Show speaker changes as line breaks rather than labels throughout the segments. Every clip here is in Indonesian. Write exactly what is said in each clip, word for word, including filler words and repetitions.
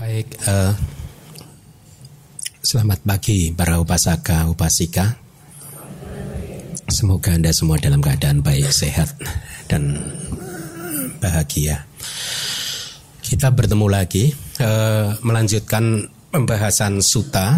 Baik, uh, selamat pagi para upasaka, upasika. Semoga Anda semua dalam keadaan baik, sehat, dan bahagia. Kita bertemu lagi, uh, melanjutkan pembahasan sutta.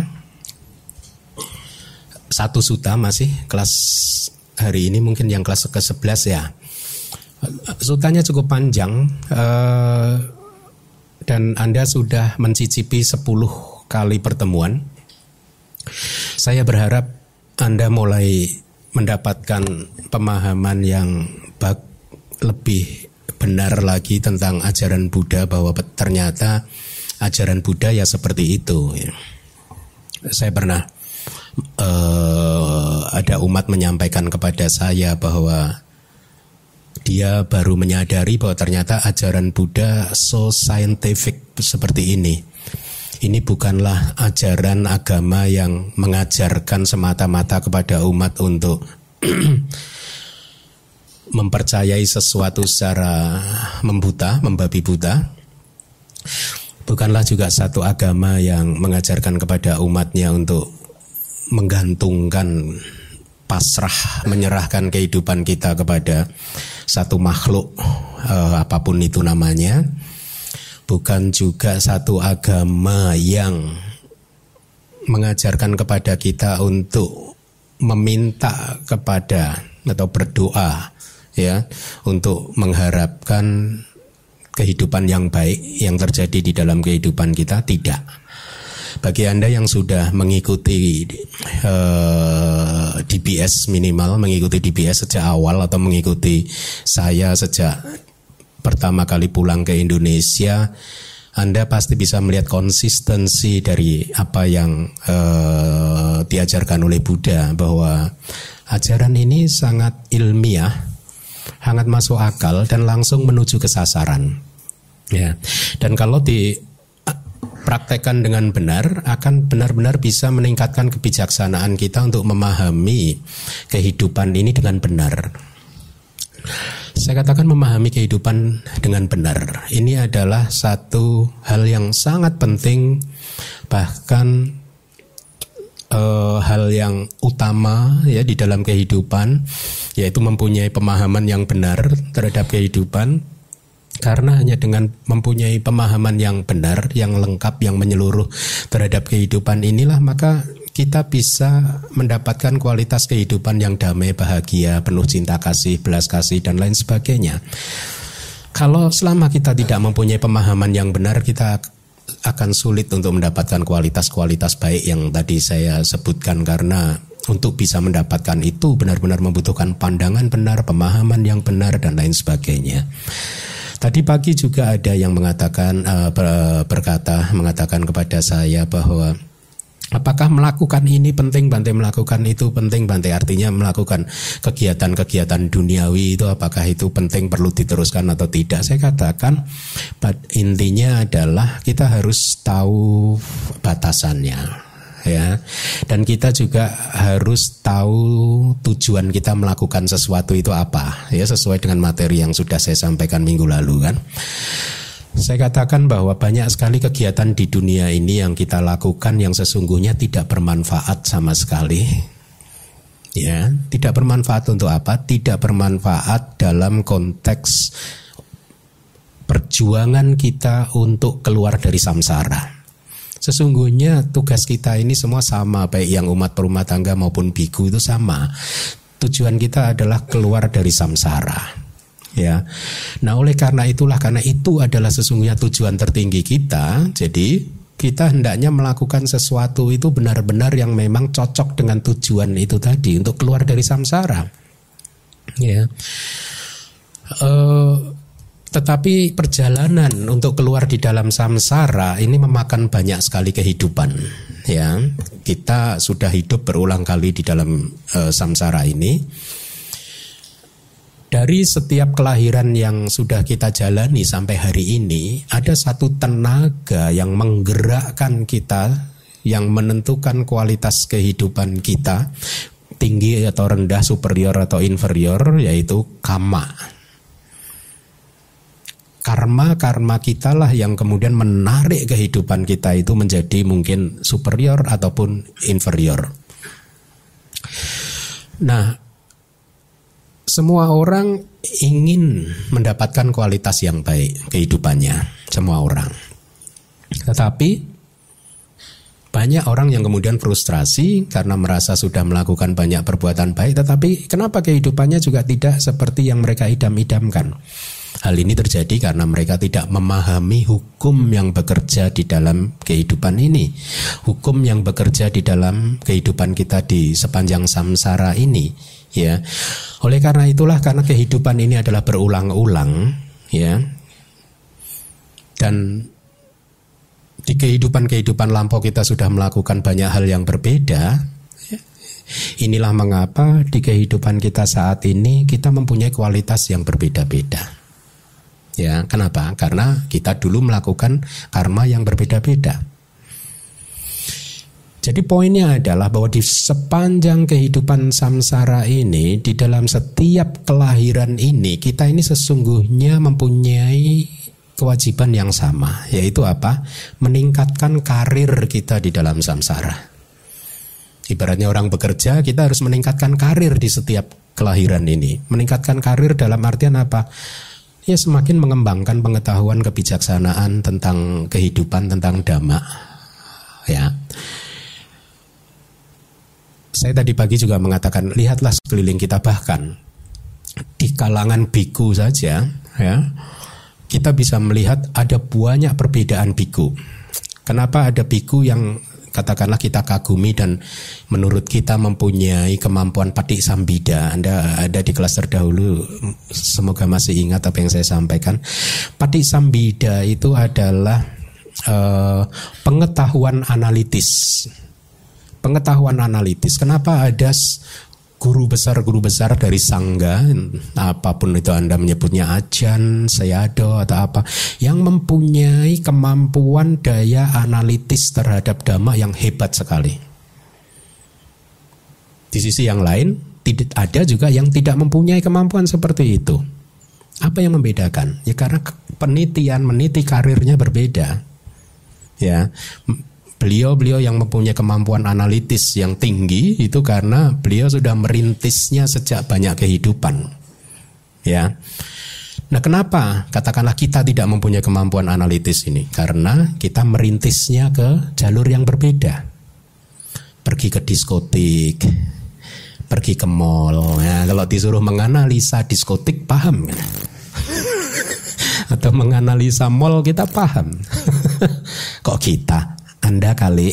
Satu sutta masih, kelas hari ini mungkin yang kelas ke sebelas ya. Suttanya cukup panjang, uh, dan Anda sudah mencicipi sepuluh kali pertemuan. Saya berharap Anda mulai mendapatkan pemahaman yang bak, lebih benar lagi tentang ajaran Buddha, bahwa ternyata ajaran Buddha ya seperti itu. Saya pernah uh, ada umat menyampaikan kepada saya bahwa dia baru menyadari bahwa ternyata ajaran Buddha so scientific seperti ini. Ini bukanlah ajaran agama yang mengajarkan semata-mata kepada umat untuk mempercayai sesuatu secara membuta, membabi buta. Bukanlah juga satu agama yang mengajarkan kepada umatnya untuk menggantungkan, pasrah, menyerahkan kehidupan kita kepada satu makhluk, eh, apapun itu namanya. Bukan juga satu agama yang mengajarkan kepada kita untuk meminta kepada atau berdoa ya, untuk mengharapkan kehidupan yang baik yang terjadi di dalam kehidupan kita. Tidak. Bagi Anda yang sudah mengikuti uh, D B S minimal, mengikuti D B S sejak awal atau mengikuti saya sejak pertama kali pulang ke Indonesia, Anda pasti bisa melihat konsistensi dari apa yang uh, diajarkan oleh Buddha, bahwa ajaran ini sangat ilmiah, sangat masuk akal dan langsung menuju ke sasaran. Ya. Dan kalau di praktekkan dengan benar, akan benar-benar bisa meningkatkan kebijaksanaan kita untuk memahami kehidupan ini dengan benar. Saya katakan memahami kehidupan dengan benar. Ini adalah satu hal yang sangat penting, bahkan eh, hal yang utama ya di dalam kehidupan, yaitu mempunyai pemahaman yang benar terhadap kehidupan. Karena hanya dengan mempunyai pemahaman yang benar, yang lengkap, yang menyeluruh terhadap kehidupan inilah, maka kita bisa mendapatkan kualitas kehidupan yang damai, bahagia, penuh cinta kasih, belas kasih, dan lain sebagainya. Kalau selama kita tidak mempunyai pemahaman yang benar, kita akan sulit untuk mendapatkan kualitas-kualitas baik yang tadi saya sebutkan. Karena untuk bisa mendapatkan itu benar-benar membutuhkan pandangan benar, pemahaman yang benar, dan lain sebagainya. Tadi pagi juga ada yang mengatakan uh, berkata mengatakan kepada saya bahwa apakah melakukan ini penting Bante, melakukan itu penting Bante, artinya melakukan kegiatan-kegiatan duniawi itu apakah itu penting, perlu diteruskan atau tidak. Saya katakan intinya adalah kita harus tahu batasannya ya, dan kita juga harus tahu tujuan kita melakukan sesuatu itu apa ya, sesuai dengan materi yang sudah saya sampaikan minggu lalu kan. Saya katakan bahwa banyak sekali kegiatan di dunia ini yang kita lakukan yang sesungguhnya tidak bermanfaat sama sekali ya. Tidak bermanfaat untuk apa? Tidak bermanfaat dalam konteks perjuangan kita untuk keluar dari samsara. Sesungguhnya tugas kita ini semua sama, baik yang umat perumah tangga maupun biku itu sama. Tujuan kita adalah keluar dari samsara. Ya. Nah, oleh karena itulah, karena itu adalah sesungguhnya tujuan tertinggi kita, jadi kita hendaknya melakukan sesuatu itu benar-benar yang memang cocok dengan tujuan itu tadi, untuk keluar dari samsara. Ya. Uh, Tetapi perjalanan untuk keluar di dalam samsara ini memakan banyak sekali kehidupan. Ya, kita sudah hidup berulang kali di dalam uh, samsara ini. Dari setiap kelahiran yang sudah kita jalani sampai hari ini, ada satu tenaga yang menggerakkan kita, yang menentukan kualitas kehidupan kita, tinggi atau rendah, superior atau inferior, yaitu kama. karma-karma kita lah yang kemudian menarik kehidupan kita itu menjadi mungkin superior ataupun inferior. Nah, semua orang ingin mendapatkan kualitas yang baik kehidupannya, semua orang. Tetapi banyak orang yang kemudian frustrasi karena merasa sudah melakukan banyak perbuatan baik, tetapi kenapa kehidupannya juga tidak seperti yang mereka idam-idamkan? Hal ini terjadi karena mereka tidak memahami hukum yang bekerja di dalam kehidupan ini, hukum yang bekerja di dalam kehidupan kita di sepanjang samsara ini, ya. Oleh karena itulah, karena kehidupan ini adalah berulang-ulang, ya, dan di kehidupan-kehidupan lampau kita sudah melakukan banyak hal yang berbeda. Inilah mengapa di kehidupan kita saat ini kita mempunyai kualitas yang berbeda-beda. Ya, kenapa? Karena kita dulu melakukan karma yang berbeda-beda. Jadi poinnya adalah bahwa di sepanjang kehidupan samsara ini, di dalam setiap kelahiran ini, kita ini sesungguhnya mempunyai kewajiban yang sama, yaitu apa? Meningkatkan karir kita di dalam samsara. Ibaratnya orang bekerja, kita harus meningkatkan karir di setiap kelahiran ini. Meningkatkan karir dalam artian apa? Ya, semakin mengembangkan pengetahuan kebijaksanaan tentang kehidupan, tentang dhamma. Ya. Saya tadi pagi juga mengatakan, lihatlah sekeliling kita, bahkan di kalangan biku saja, ya, kita bisa melihat ada banyak perbedaan biku. Kenapa ada biku yang katakanlah kita kagumi dan menurut kita mempunyai kemampuan patik sambida? Anda ada di kelas terdahulu, semoga masih ingat apa yang saya sampaikan. Patik sambida itu adalah uh, pengetahuan analitis. Pengetahuan analitis. Kenapa ada guru besar-guru besar dari sangga, apapun itu Anda menyebutnya ajan, sayado atau apa, yang mempunyai kemampuan daya analitis terhadap dhamma yang hebat sekali. Di sisi yang lain, tidak ada juga yang tidak mempunyai kemampuan seperti itu. Apa yang membedakan? Ya karena penelitian meniti karirnya berbeda. Ya. Beliau-beliau yang mempunyai kemampuan analitis yang tinggi itu karena beliau sudah merintisnya sejak banyak kehidupan. Ya. Nah, kenapa katakanlah kita tidak mempunyai kemampuan analitis ini? Karena kita merintisnya ke jalur yang berbeda. Pergi ke diskotik, pergi ke mall. Ya, kalau disuruh menganalisa diskotik paham kan? Atau menganalisa mall kita paham. Kok kita? Anda kali.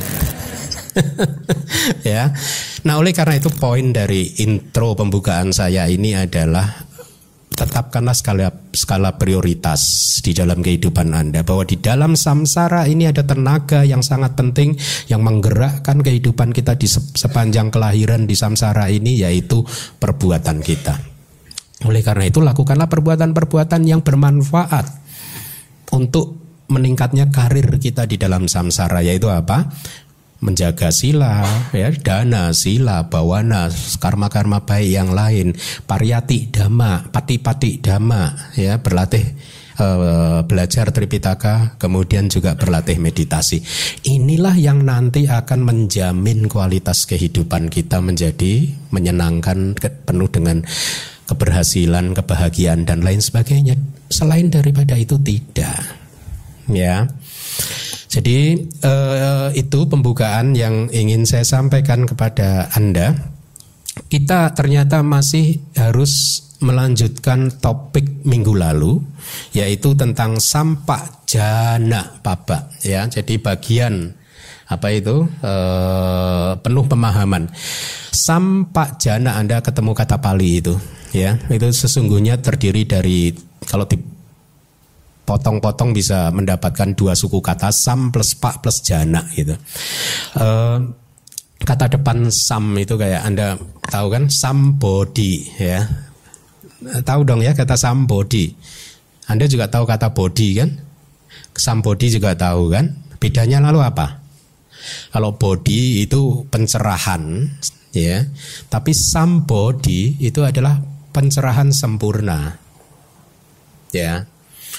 Ya. Nah, oleh karena itu poin dari intro pembukaan saya ini adalah tetapkanlah skala skala prioritas di dalam kehidupan Anda, bahwa di dalam samsara ini ada tenaga yang sangat penting yang menggerakkan kehidupan kita di sepanjang kelahiran di samsara ini, yaitu perbuatan kita. Oleh karena itu lakukanlah perbuatan-perbuatan yang bermanfaat untuk meningkatnya karir kita di dalam samsara, yaitu apa? Menjaga sila, ya, dana, sila, bawana, karma-karma baik yang lain, pariyati dhamma, pati-pati dhamma, ya, berlatih eh, belajar Tripitaka, kemudian juga berlatih meditasi. Inilah yang nanti akan menjamin kualitas kehidupan kita menjadi menyenangkan, penuh dengan keberhasilan, kebahagiaan dan lain sebagainya. Selain daripada itu tidak. Ya, jadi eh, itu pembukaan yang ingin saya sampaikan kepada Anda. Kita ternyata masih harus melanjutkan topik minggu lalu, yaitu tentang sampak jana paba. Ya, jadi bagian apa itu eh, penuh pemahaman. Sampak jana, Anda ketemu kata Pali itu, ya, itu sesungguhnya terdiri dari, kalau di potong-potong bisa mendapatkan dua suku kata, sam plus pak plus jana gitu. Uh, kata depan sam itu kayak Anda tahu kan, somebody, ya. Tahu dong ya kata somebody. Anda juga tahu kata body kan? Somebody juga tahu kan? Bedanya lalu apa? Kalau body itu pencerahan, ya. Tapi somebody itu adalah pencerahan sempurna. Ya.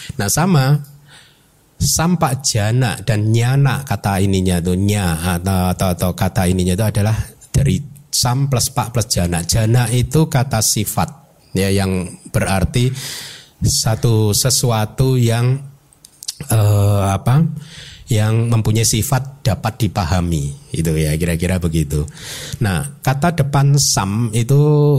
Nah sama sampak jana dan nyana kata ininya tuh nya atau, atau, atau kata ininya itu adalah dari sam plus pak plus jana. Jana itu kata sifat ya yang berarti satu sesuatu yang eh, apa? yang mempunyai sifat dapat dipahami, itu ya kira-kira begitu. Nah, kata depan sam itu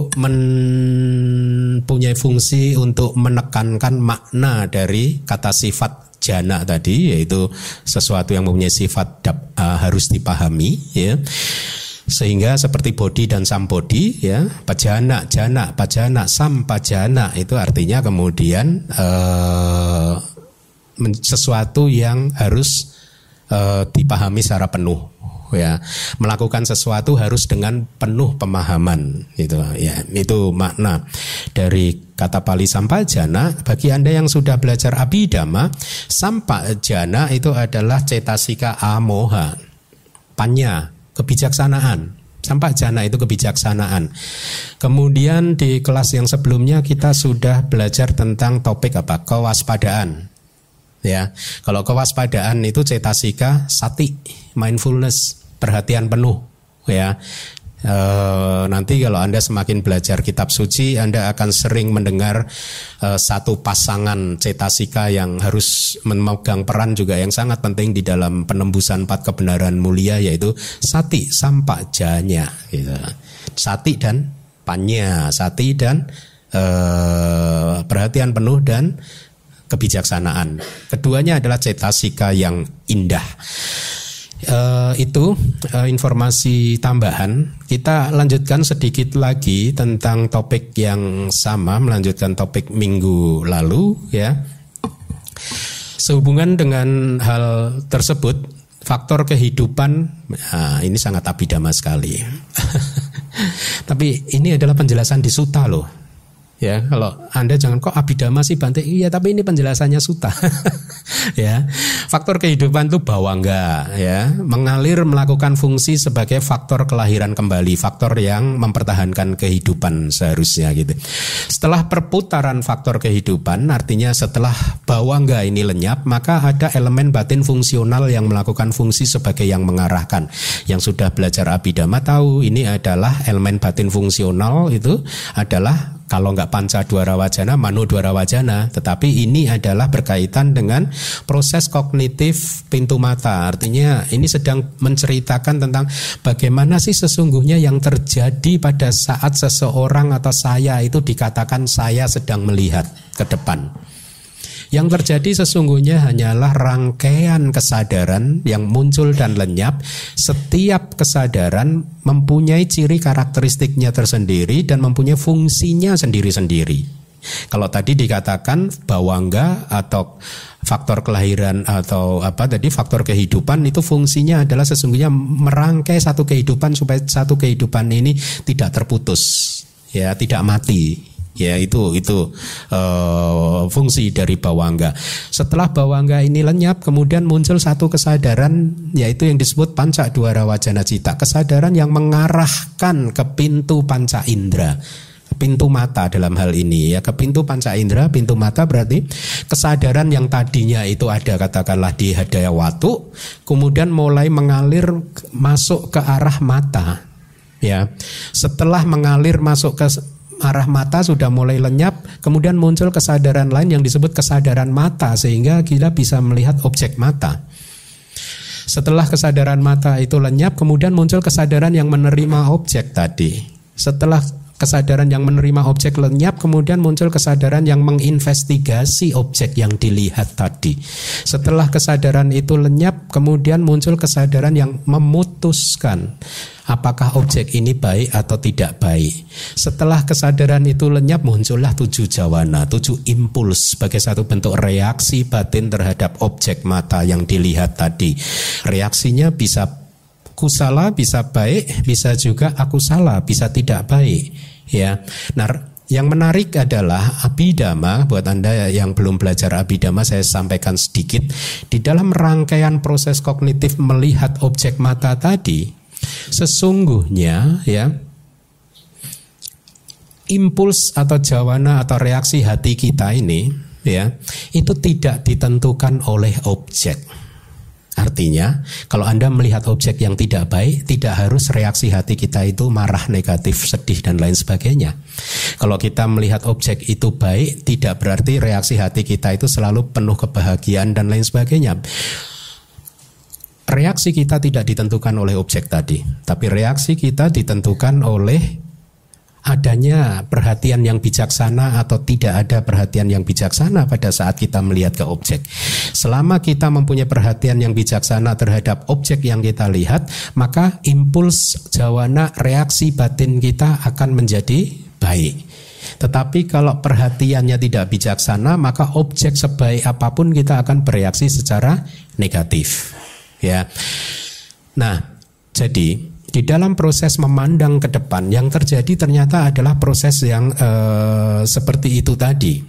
mempunyai fungsi untuk menekankan makna dari kata sifat jana tadi, yaitu sesuatu yang mempunyai sifat dap, uh, harus dipahami, ya. Sehingga seperti bodi dan sampodi, ya, pajana, jana, pajana, sampajana itu artinya kemudian uh, sesuatu yang harus Uh, dipahami secara penuh, ya, melakukan sesuatu harus dengan penuh pemahaman, itu ya, itu makna dari kata Pali sampajana. Bagi Anda yang sudah belajar Abhidhamma, sampajana itu adalah cetasika amoha, panya, kebijaksanaan. Sampajana itu kebijaksanaan. Kemudian di kelas yang sebelumnya kita sudah belajar tentang topik apa? Kewaspadaan. Ya, kalau kewaspadaan itu cetasika sati, mindfulness, perhatian penuh, ya. E, nanti kalau Anda semakin belajar kitab suci, Anda akan sering mendengar e, satu pasangan cetasika yang harus memegang peran juga yang sangat penting di dalam penembusan empat kebenaran mulia, yaitu sati, sampajanya, gitu. Sati dan panya, sati dan e, perhatian penuh dan kebijaksanaan. Keduanya adalah cetasika yang indah. Uh, itu uh, informasi tambahan. Kita lanjutkan sedikit lagi tentang topik yang sama, melanjutkan topik minggu lalu, ya. Sehubungan dengan hal tersebut, faktor kehidupan, nah, ini sangat Abhidhamma sekali. Tapi ini adalah penjelasan di Sutta loh. Ya, kalau Anda jangan kok Abhidhamma sih Bante. Iya, tapi ini penjelasannya Sutta. Ya. Faktor kehidupan itu bawangga, ya, mengalir melakukan fungsi sebagai faktor kelahiran kembali, faktor yang mempertahankan kehidupan seharusnya gitu. Setelah perputaran faktor kehidupan, artinya setelah bawangga ini lenyap, maka ada elemen batin fungsional yang melakukan fungsi sebagai yang mengarahkan. Yang sudah belajar Abhidhamma tahu ini adalah elemen batin fungsional itu adalah kalau nggak panca dwara wajana, mano dwara wajana, tetapi ini adalah berkaitan dengan proses kognitif pintu mata. Artinya ini sedang menceritakan tentang bagaimana sih sesungguhnya yang terjadi pada saat seseorang atau saya itu dikatakan saya sedang melihat ke depan. Yang terjadi sesungguhnya hanyalah rangkaian kesadaran yang muncul dan lenyap. Setiap kesadaran mempunyai ciri karakteristiknya tersendiri dan mempunyai fungsinya sendiri-sendiri. Kalau tadi dikatakan bawangga atau faktor kelahiran atau apa tadi faktor kehidupan itu fungsinya adalah sesungguhnya merangkai satu kehidupan supaya satu kehidupan ini tidak terputus, ya, tidak mati. Ya, itu itu uh, fungsi dari bawangga. Setelah bawangga ini lenyap, kemudian muncul satu kesadaran, yaitu yang disebut panca dwara wajana cita, kesadaran yang mengarahkan ke pintu panca indera, pintu mata dalam hal ini, ya, ke pintu panca indera. Pintu mata berarti kesadaran yang tadinya itu ada katakanlah di hadaya watu, kemudian mulai mengalir masuk ke arah mata, ya. Setelah mengalir masuk ke arah mata sudah mulai lenyap, kemudian muncul kesadaran lain yang disebut kesadaran mata, sehingga kita bisa melihat objek mata. Setelah kesadaran mata itu lenyap, kemudian muncul kesadaran yang menerima objek tadi. Setelah kesadaran yang menerima objek lenyap, kemudian muncul kesadaran yang menginvestigasi objek yang dilihat tadi. Setelah kesadaran itu lenyap, kemudian muncul kesadaran yang memutuskan apakah objek ini baik atau tidak baik. Setelah kesadaran itu lenyap, muncullah tujuh jawana, tujuh impuls sebagai satu bentuk reaksi batin terhadap objek mata yang dilihat tadi. Reaksinya bisa kusala, bisa baik, bisa juga akusala, bisa tidak baik, ya. Nah, yang menarik adalah Abhidhamma. Buat Anda yang belum belajar Abhidhamma, saya sampaikan sedikit. Di dalam rangkaian proses kognitif melihat objek mata tadi, sesungguhnya, ya, impuls atau jawana atau reaksi hati kita ini ya, itu tidak ditentukan oleh objek. Artinya, kalau Anda melihat objek yang tidak baik, tidak harus reaksi hati kita itu marah, negatif, sedih, dan lain sebagainya. Kalau kita melihat objek itu baik, tidak berarti reaksi hati kita itu selalu penuh kebahagiaan dan lain sebagainya. Reaksi kita tidak ditentukan oleh objek tadi, tapi reaksi kita ditentukan oleh adanya perhatian yang bijaksana atau tidak ada perhatian yang bijaksana pada saat kita melihat ke objek. Selama kita mempunyai perhatian yang bijaksana terhadap objek yang kita lihat, maka impuls jawana reaksi batin kita akan menjadi baik. Tetapi kalau perhatiannya tidak bijaksana, maka objek sebaik apapun kita akan bereaksi secara negatif. Ya. Nah, jadi di dalam proses memandang ke depan yang terjadi ternyata adalah proses yang eh, seperti itu tadi.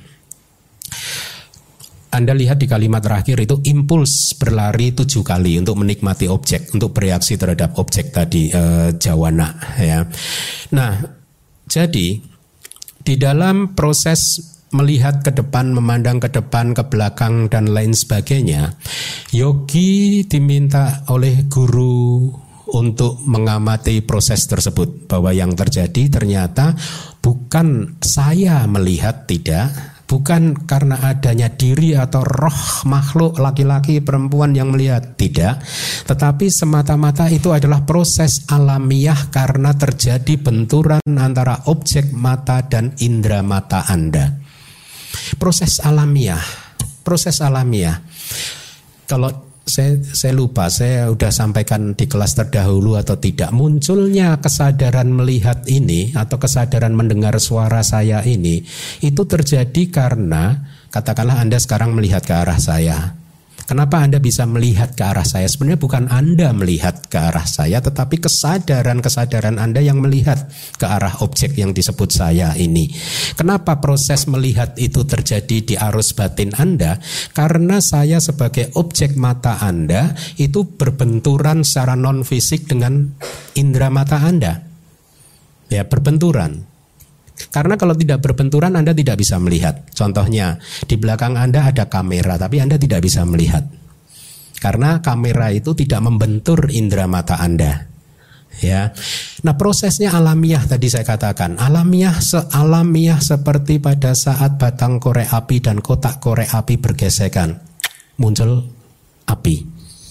Anda lihat di kalimat terakhir itu impuls berlari tujuh kali untuk menikmati objek, untuk bereaksi terhadap objek tadi, eh, jawana. Ya. Nah, jadi di dalam proses melihat ke depan, memandang ke depan, ke belakang dan lain sebagainya, yogi diminta oleh guru untuk mengamati proses tersebut, bahwa yang terjadi ternyata bukan saya melihat, tidak, bukan karena adanya diri atau roh makhluk laki-laki perempuan yang melihat, tidak, tetapi semata-mata itu adalah proses alamiah karena terjadi benturan antara objek mata dan indera mata Anda. Proses alamiah, proses alamiah. Kalau Saya, saya lupa, saya sudah sampaikan di kelas terdahulu atau tidak, munculnya kesadaran melihat ini atau kesadaran mendengar suara saya ini, itu terjadi karena, katakanlah Anda sekarang melihat ke arah saya. Kenapa Anda bisa melihat ke arah saya? Sebenarnya bukan Anda melihat ke arah saya, tetapi kesadaran-kesadaran Anda yang melihat ke arah objek yang disebut saya ini. Kenapa proses melihat itu terjadi di arus batin Anda? Karena saya sebagai objek mata Anda itu berbenturan secara non-fisik dengan indera mata Anda. Ya, berbenturan. Karena kalau tidak berbenturan Anda tidak bisa melihat. Contohnya, di belakang Anda ada kamera tapi Anda tidak bisa melihat. Karena kamera itu tidak membentur indera mata Anda. Ya. Nah, prosesnya alamiah tadi saya katakan. Alamiah sealamiah seperti pada saat batang korek api dan kotak korek api bergesekan. Muncul api.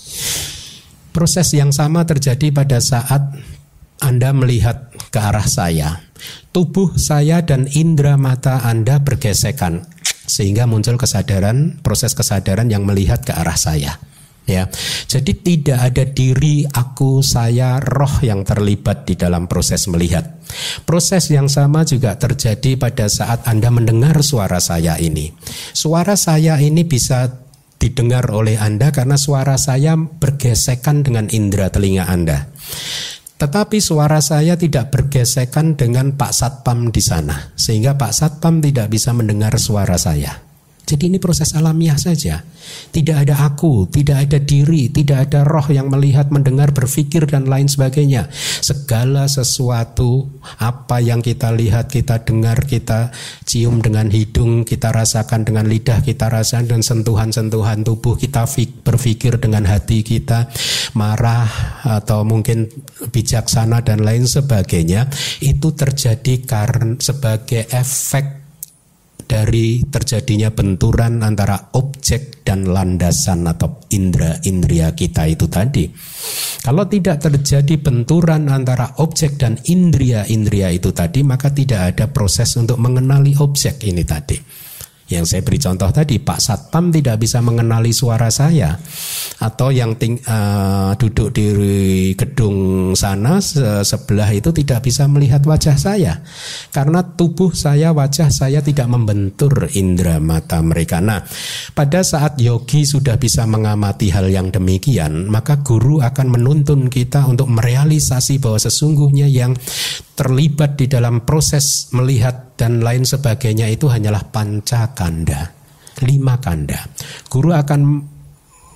Proses yang sama terjadi pada saat Anda melihat ke arah saya. Tubuh saya dan indera mata Anda bergesekan sehingga muncul kesadaran, proses kesadaran yang melihat ke arah saya. Ya, jadi tidak ada diri, aku, saya, roh yang terlibat di dalam proses melihat. Proses yang sama juga terjadi pada saat Anda mendengar suara saya ini. Suara saya ini bisa didengar oleh Anda karena suara saya bergesekan dengan indera telinga Anda. Tetapi suara saya tidak bergesekan dengan Pak Satpam di sana, sehingga Pak Satpam tidak bisa mendengar suara saya. Jadi ini proses alamiah saja. Tidak ada aku, tidak ada diri, tidak ada roh yang melihat, mendengar, berpikir dan lain sebagainya. Segala sesuatu, apa yang kita lihat, kita dengar, kita cium dengan hidung, kita rasakan dengan lidah, kita rasakan dengan sentuhan-sentuhan tubuh, kita berpikir dengan hati kita, marah atau mungkin bijaksana dan lain sebagainya, itu terjadi karena sebagai efek dari terjadinya benturan antara objek dan landasan atau indera-indria kita itu tadi. Kalau tidak terjadi benturan antara objek dan indria-indria itu tadi, maka tidak ada proses untuk mengenali objek ini tadi. Yang saya beri contoh tadi, Pak Satpam tidak bisa mengenali suara saya, atau yang ting, uh, duduk di gedung sana se- sebelah itu tidak bisa melihat wajah saya, karena tubuh saya, wajah saya tidak membentur indera mata mereka. Nah, pada saat yogi sudah bisa mengamati hal yang demikian, maka guru akan menuntun kita untuk merealisasi bahwa sesungguhnya yang terlibat di dalam proses melihat dan lain sebagainya itu hanyalah panca kanda, lima kanda. Guru akan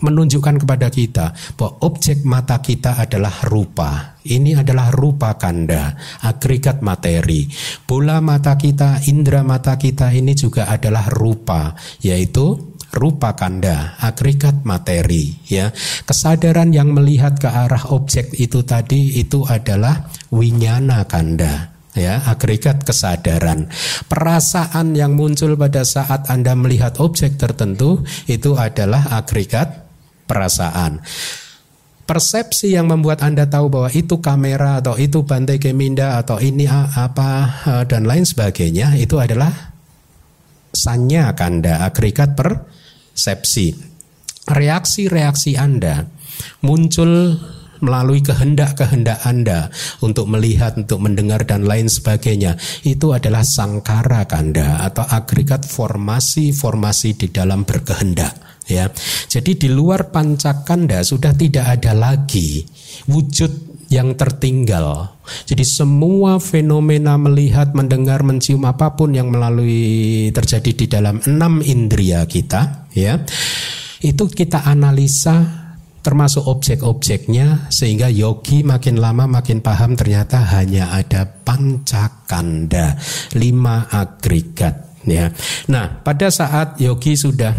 menunjukkan kepada kita bahwa objek mata kita adalah rupa. Ini adalah rupa kanda, agregat materi. Bola mata kita, indera mata kita ini juga adalah rupa, yaitu rupa kanda, agregat materi. Ya, kesadaran yang melihat ke arah objek itu tadi itu adalah winyana kanda. Ya, agregat kesadaran. Perasaan yang muncul pada saat Anda melihat objek tertentu itu adalah agregat perasaan. Persepsi yang membuat Anda tahu bahwa itu kamera atau itu Bante Keminda atau ini apa dan lain sebagainya itu adalah sanya kanda, agregat persepsi. Reaksi-reaksi Anda muncul melalui kehendak-kehendak Anda untuk melihat, untuk mendengar dan lain sebagainya. Itu adalah sangkara kanda atau agregat formasi-formasi di dalam berkehendak. Ya, jadi di luar pancakanda sudah tidak ada lagi wujud yang tertinggal. Jadi semua fenomena melihat, mendengar, mencium apapun yang melalui terjadi di dalam enam indria kita, ya, itu kita analisa termasuk objek-objeknya, sehingga yogi makin lama makin paham ternyata hanya ada pancakanda, lima agregat. Ya. Nah, pada saat yogi sudah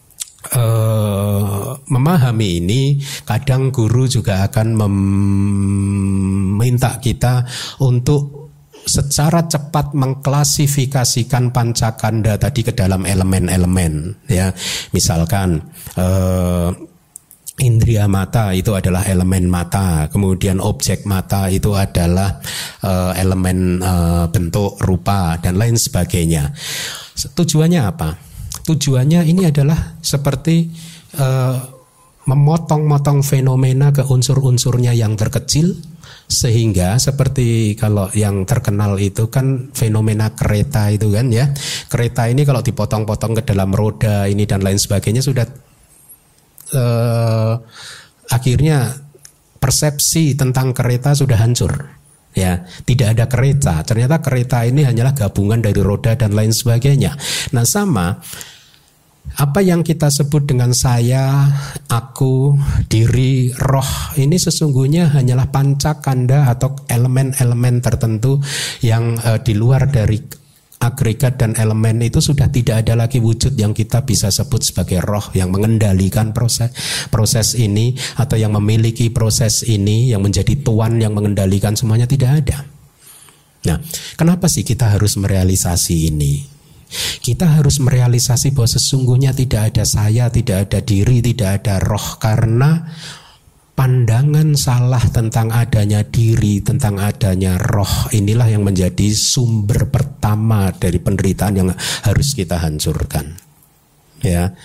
uh, memahami ini, kadang guru juga akan meminta kita untuk secara cepat mengklasifikasikan pancakanda tadi ke dalam elemen-elemen. Ya, misalkan Uh, indria mata itu adalah elemen mata, kemudian objek mata itu adalah uh, elemen uh, bentuk, rupa dan lain sebagainya. Tujuannya apa? Tujuannya ini adalah seperti uh, memotong-motong fenomena ke unsur-unsurnya yang terkecil, sehingga seperti kalau yang terkenal itu kan fenomena kereta itu kan ya. Kereta ini kalau dipotong-potong ke dalam roda ini dan lain sebagainya sudah Uh, akhirnya persepsi tentang kereta sudah hancur. Ya, tidak ada kereta. Ternyata kereta ini hanyalah gabungan dari roda dan lain sebagainya. Nah, sama apa yang kita sebut dengan saya, aku, diri, roh ini sesungguhnya hanyalah pancakanda atau elemen-elemen tertentu yang uh, di luar dari agregat dan elemen itu sudah tidak ada lagi wujud yang kita bisa sebut sebagai roh yang mengendalikan proses proses ini atau yang memiliki proses ini, yang menjadi tuan yang mengendalikan semuanya, tidak ada. Nah, kenapa sih kita harus merealisasi ini? Kita harus merealisasi bahwa sesungguhnya tidak ada saya, tidak ada diri, tidak ada roh, karena pandangan salah tentang adanya diri, tentang adanya roh, inilah yang menjadi sumber pertama dari penderitaan yang harus kita hancurkan. Ya,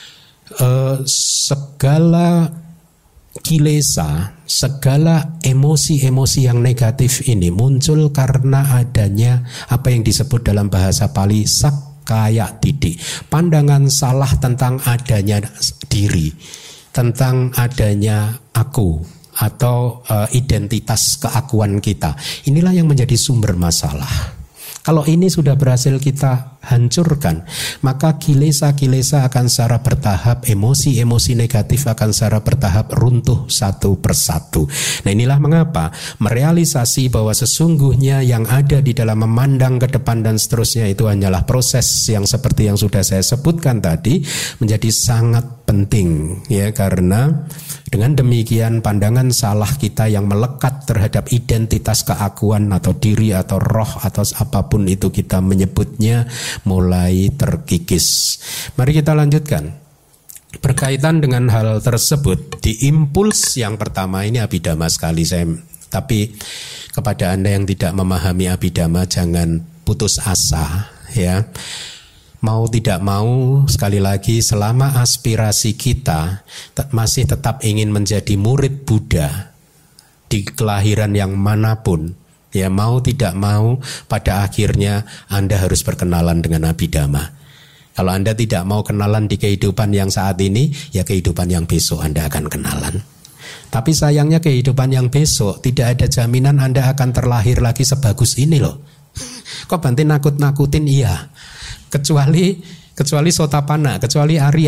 e, segala kilesa, segala emosi-emosi yang negatif ini muncul karena adanya apa yang disebut dalam bahasa Pali sakkaya ditti, pandangan salah tentang adanya diri, tentang adanya aku atau uh, identitas keakuan kita. Inilah yang menjadi sumber masalah. Kalau ini sudah berhasil kita hancurkan, maka kilesa-kilesa akan secara bertahap, emosi-emosi negatif akan secara bertahap runtuh satu persatu. Nah, inilah mengapa merealisasi bahwa sesungguhnya yang ada di dalam memandang ke depan dan seterusnya itu hanyalah proses yang seperti yang sudah saya sebutkan tadi menjadi sangat penting, ya, karena dengan demikian pandangan salah kita yang melekat terhadap identitas keakuan atau diri atau roh atau apapun itu kita menyebutnya mulai terkikis. Mari kita lanjutkan. Berkaitan dengan hal tersebut, di impuls yang pertama ini abhidhamma sekali saya, tapi kepada Anda yang tidak memahami abhidhamma jangan putus asa, ya. Mau tidak mau, sekali lagi, selama aspirasi kita masih tetap ingin menjadi murid Buddha di kelahiran yang manapun, ya, mau tidak mau pada akhirnya Anda harus berkenalan dengan abhidhamma. Kalau Anda tidak mau kenalan di kehidupan yang saat ini, ya kehidupan yang besok Anda akan kenalan. Tapi sayangnya kehidupan yang besok tidak ada jaminan Anda akan terlahir lagi sebagus ini loh. Kok Bante nakut-nakutin? Iya. Kecuali kecuali Sotapanna, kecuali Arya.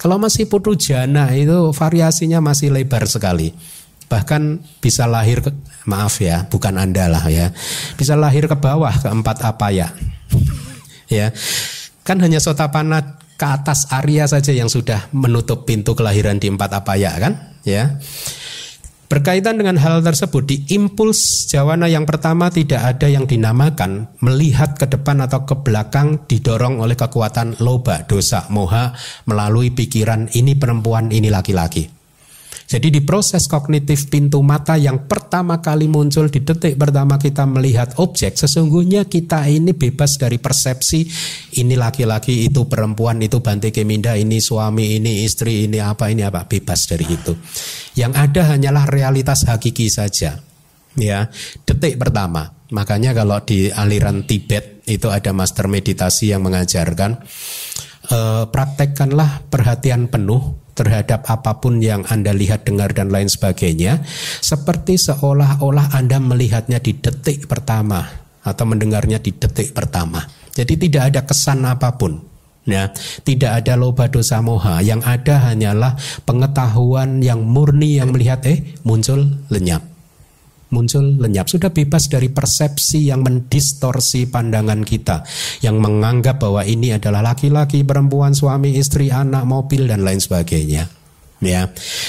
Kalau masih putu jana itu variasinya masih lebar sekali. Bahkan bisa lahir ke, maaf ya, bukan Anda lah ya. Bisa lahir ke bawah ke empat apaya. Ya. Kan hanya Sotapanna ke atas Arya saja yang sudah menutup pintu kelahiran di empat apaya kan? Ya. Berkaitan dengan hal tersebut, di impuls jawana yang pertama tidak ada yang dinamakan melihat ke depan atau ke belakang didorong oleh kekuatan loba, dosa, moha melalui pikiran ini perempuan, ini laki-laki. Jadi di proses kognitif pintu mata yang pertama kali muncul di detik pertama kita melihat objek, sesungguhnya kita ini bebas dari persepsi ini laki-laki, itu perempuan, itu Bante Keminda, ini suami, ini istri, ini apa, ini apa, bebas dari itu. Yang ada hanyalah realitas hakiki saja. Ya, detik pertama. Makanya kalau di aliran Tibet itu ada master meditasi yang mengajarkan eh, praktekkanlah perhatian penuh terhadap apapun yang Anda lihat, dengar dan lain sebagainya, seperti seolah-olah Anda melihatnya di detik pertama atau mendengarnya di detik pertama. Jadi tidak ada kesan apapun. Ya, tidak ada loba dosa moha, yang ada hanyalah pengetahuan yang murni yang melihat eh muncul lenyap. Muncul lenyap, sudah bebas dari persepsi yang mendistorsi pandangan kita, yang menganggap bahwa ini adalah laki-laki, perempuan, suami, istri, anak, mobil dan lain sebagainya. Ya,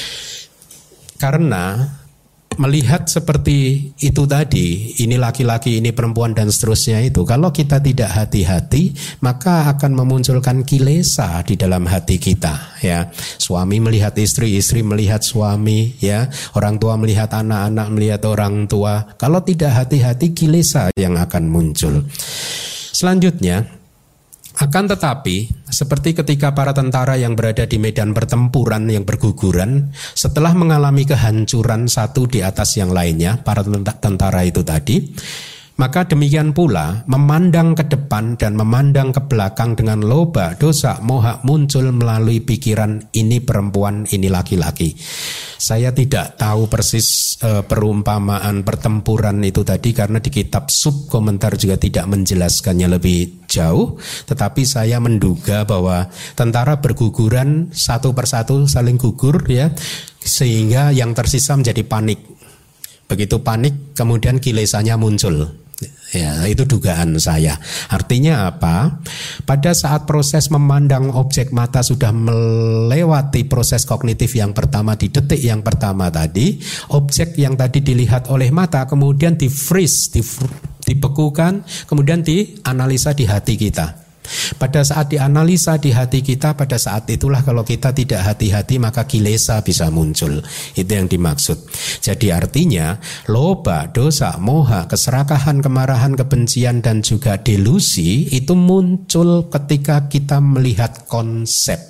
karena melihat seperti itu tadi, ini laki-laki, ini perempuan dan seterusnya itu, kalau kita tidak hati-hati maka akan memunculkan kilesa di dalam hati kita. Ya, suami melihat istri, istri melihat suami, ya, orang tua melihat anak-anak melihat orang tua. Kalau tidak hati-hati, kilesa yang akan muncul. Selanjutnya, akan tetapi, seperti ketika para tentara yang berada di medan pertempuran yang berguguran, setelah mengalami kehancuran satu di atas yang lainnya, para tentara itu tadi, maka demikian pula memandang ke depan dan memandang ke belakang dengan loba, dosa, moha muncul melalui pikiran ini perempuan, ini laki-laki. Saya tidak tahu persis e, perumpamaan pertempuran itu tadi karena di kitab sub komentar juga tidak menjelaskannya lebih jauh, tetapi saya menduga bahwa tentara berguguran satu persatu saling gugur, ya, sehingga yang tersisa menjadi panik. Begitu panik kemudian kilesanya muncul. Ya, itu dugaan saya. Artinya apa? Pada saat proses memandang objek mata sudah melewati proses kognitif yang pertama di detik yang pertama tadi, objek yang tadi dilihat oleh mata kemudian di freeze, di, dibekukan, kemudian dianalisa di hati kita. Pada saat dianalisa di hati kita, pada saat itulah kalau kita tidak hati-hati maka kilesa bisa muncul. Itu yang dimaksud. Jadi artinya loba, dosa, moha, keserakahan, kemarahan, kebencian dan juga delusi itu muncul ketika kita melihat konsep.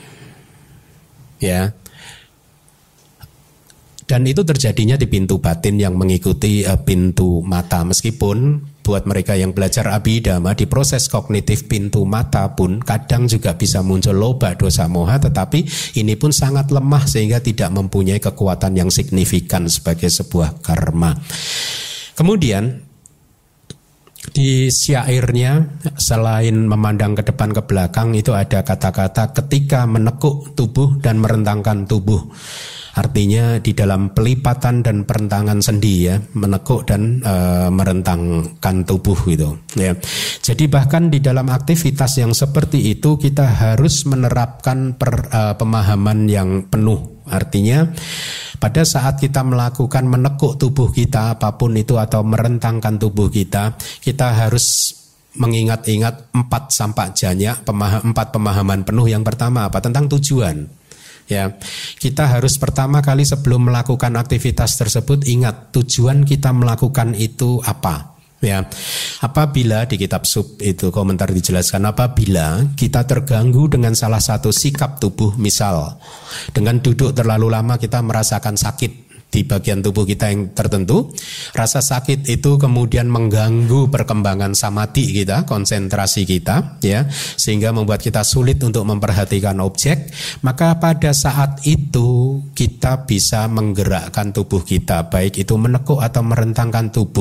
Ya. Dan itu terjadinya di pintu batin yang mengikuti uh, pintu mata. Meskipun buat mereka yang belajar Abhidhamma di proses kognitif pintu mata pun kadang juga bisa muncul loba, dosa, moha, tetapi ini pun sangat lemah sehingga tidak mempunyai kekuatan yang signifikan sebagai sebuah karma. Kemudian di syairnya selain memandang ke depan ke belakang itu ada kata-kata ketika menekuk tubuh dan merentangkan tubuh. Artinya di dalam pelipatan dan perentangan sendi, ya, menekuk dan e, merentangkan tubuh gitu. Ya. Jadi bahkan di dalam aktivitas yang seperti itu kita harus menerapkan per, e, pemahaman yang penuh. Artinya pada saat kita melakukan menekuk tubuh kita apapun itu atau merentangkan tubuh kita, kita harus mengingat-ingat empat sampajanya, pemaham, empat pemahaman penuh. Yang pertama apa? Tentang tujuan. Ya, kita harus pertama kali sebelum melakukan aktivitas tersebut ingat tujuan kita melakukan itu apa. Ya, apabila di kitab sub itu komentar dijelaskan apabila kita terganggu dengan salah satu sikap tubuh, misal dengan duduk terlalu lama kita merasakan sakit di bagian tubuh kita yang tertentu, rasa sakit itu kemudian mengganggu perkembangan samadhi kita, konsentrasi kita, ya, sehingga membuat kita sulit untuk memperhatikan objek. Maka pada saat itu kita bisa menggerakkan tubuh kita, baik itu menekuk atau merentangkan tubuh,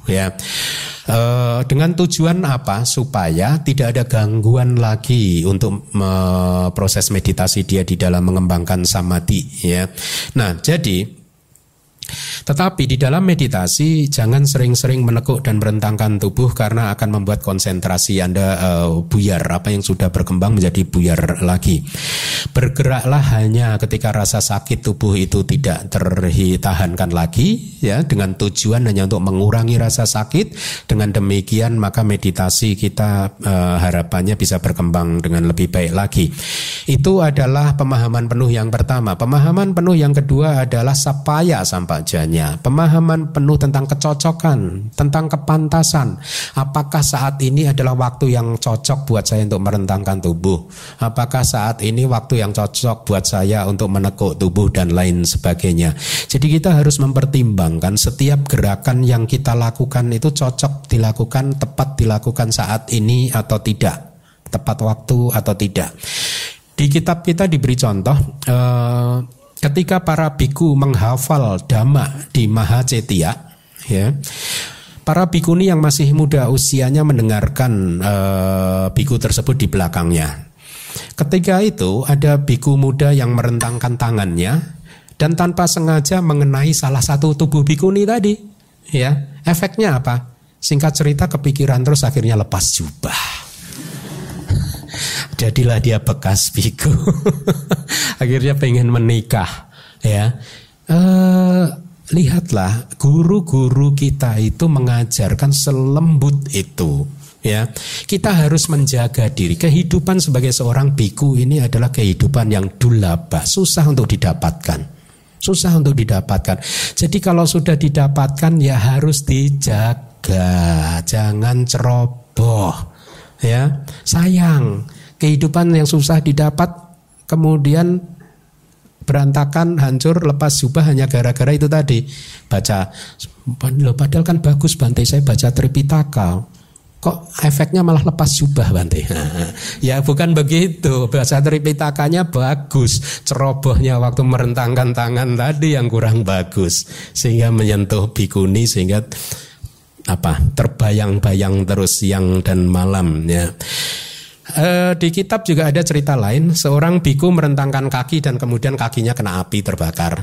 ya. E, dengan tujuan apa? Supaya tidak ada gangguan lagi untuk me, proses meditasi dia di dalam mengembangkan samadhi, ya. Nah, jadi tetapi di dalam meditasi jangan sering-sering menekuk dan merentangkan tubuh karena akan membuat konsentrasi Anda uh, buyar, apa yang sudah berkembang menjadi buyar lagi. Bergeraklah hanya ketika rasa sakit tubuh itu tidak tertahankan lagi, ya, dengan tujuan hanya untuk mengurangi rasa sakit. Dengan demikian maka meditasi kita uh, harapannya bisa berkembang dengan lebih baik lagi. Itu adalah pemahaman penuh yang pertama. Pemahaman penuh yang kedua adalah sapaya sampajanya. Pemahaman penuh tentang kecocokan, tentang kepantasan. Apakah saat ini adalah waktu yang cocok buat saya untuk merentangkan tubuh? Apakah saat ini waktu yang cocok buat saya untuk menekuk tubuh dan lain sebagainya? Jadi kita harus mempertimbangkan setiap gerakan yang kita lakukan itu cocok dilakukan, tepat dilakukan saat ini atau tidak, tepat waktu atau tidak. Di kitab kita diberi contoh eh, ketika para biku menghafal Dhamma di Mahacetya, ya, para bikuni yang masih muda usianya mendengarkan e, biku tersebut di belakangnya. Ketika itu ada biku muda yang merentangkan tangannya dan tanpa sengaja mengenai salah satu tubuh bikuni tadi. Ya, efeknya apa? Singkat cerita kepikiran terus akhirnya lepas jubah. Jadilah dia bekas biku. Akhirnya pengen menikah, ya. Eh, lihatlah guru-guru kita itu mengajarkan selembut itu, ya. Kita harus menjaga diri. Kehidupan sebagai seorang biku ini adalah kehidupan yang dulaba, susah untuk didapatkan. Susah untuk didapatkan. Jadi kalau sudah didapatkan ya harus dijaga, jangan ceroboh, ya. Sayang kehidupan yang susah didapat kemudian berantakan, hancur, lepas jubah hanya gara-gara itu tadi. Baca, loh, padahal kan bagus Bante, saya baca Tripitaka, kok efeknya malah lepas jubah Bante. Ya bukan begitu, baca Tripitakanya bagus, cerobohnya waktu merentangkan tangan tadi yang kurang bagus, sehingga menyentuh bikuni, sehingga apa terbayang-bayang terus siang dan malam, ya. E, di kitab juga ada cerita lain, seorang biku merentangkan kaki dan kemudian kakinya kena api terbakar.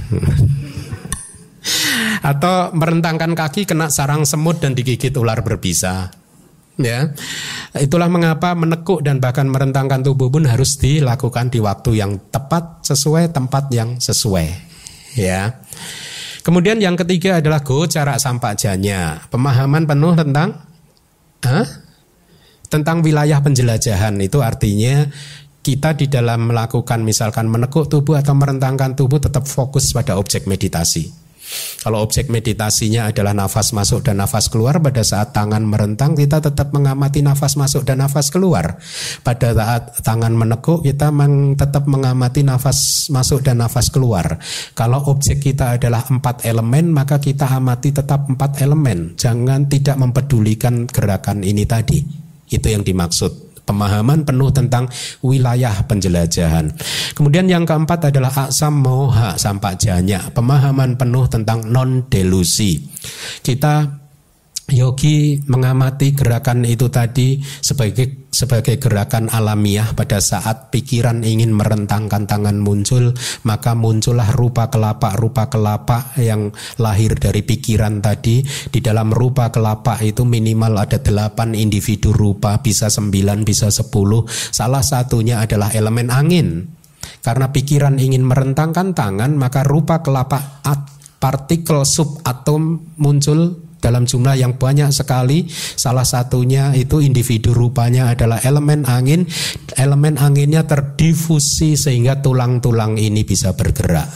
Atau merentangkan kaki kena sarang semut dan digigit ular berbisa. Ya, itulah mengapa menekuk dan bahkan merentangkan tubuh pun harus dilakukan di waktu yang tepat, sesuai tempat yang sesuai. Ya. Kemudian yang ketiga adalah gocara sampajanya, pemahaman penuh tentang huh? tentang wilayah penjelajahan. Itu artinya kita di dalam melakukan misalkan menekuk tubuh atau merentangkan tubuh tetap fokus pada objek meditasi. Kalau objek meditasinya adalah nafas masuk dan nafas keluar, pada saat tangan merentang kita tetap mengamati nafas masuk dan nafas keluar. Pada saat tangan menekuk kita meng, tetap mengamati nafas masuk dan nafas keluar. Kalau objek kita adalah empat elemen, maka kita amati tetap empat elemen. Jangan tidak mempedulikan gerakan ini tadi. Itu yang dimaksud pemahaman penuh tentang wilayah penjelajahan. Kemudian yang keempat adalah aksam moha sampajanya, pemahaman penuh tentang non delusi. Kita yogi mengamati gerakan itu tadi sebagai sebagai gerakan alamiah. Pada saat pikiran ingin merentangkan tangan muncul, maka muncullah rupa kelapak rupa kelapak yang lahir dari pikiran tadi. Di dalam rupa kelapak itu minimal ada delapan individu rupa, bisa sembilan, bisa sepuluh. Salah satunya adalah elemen angin. Karena pikiran ingin merentangkan tangan, maka rupa kelapak partikel subatom muncul dalam jumlah yang banyak sekali. Salah satunya itu individu rupanya adalah elemen angin. Elemen anginnya terdifusi sehingga tulang-tulang ini bisa bergerak.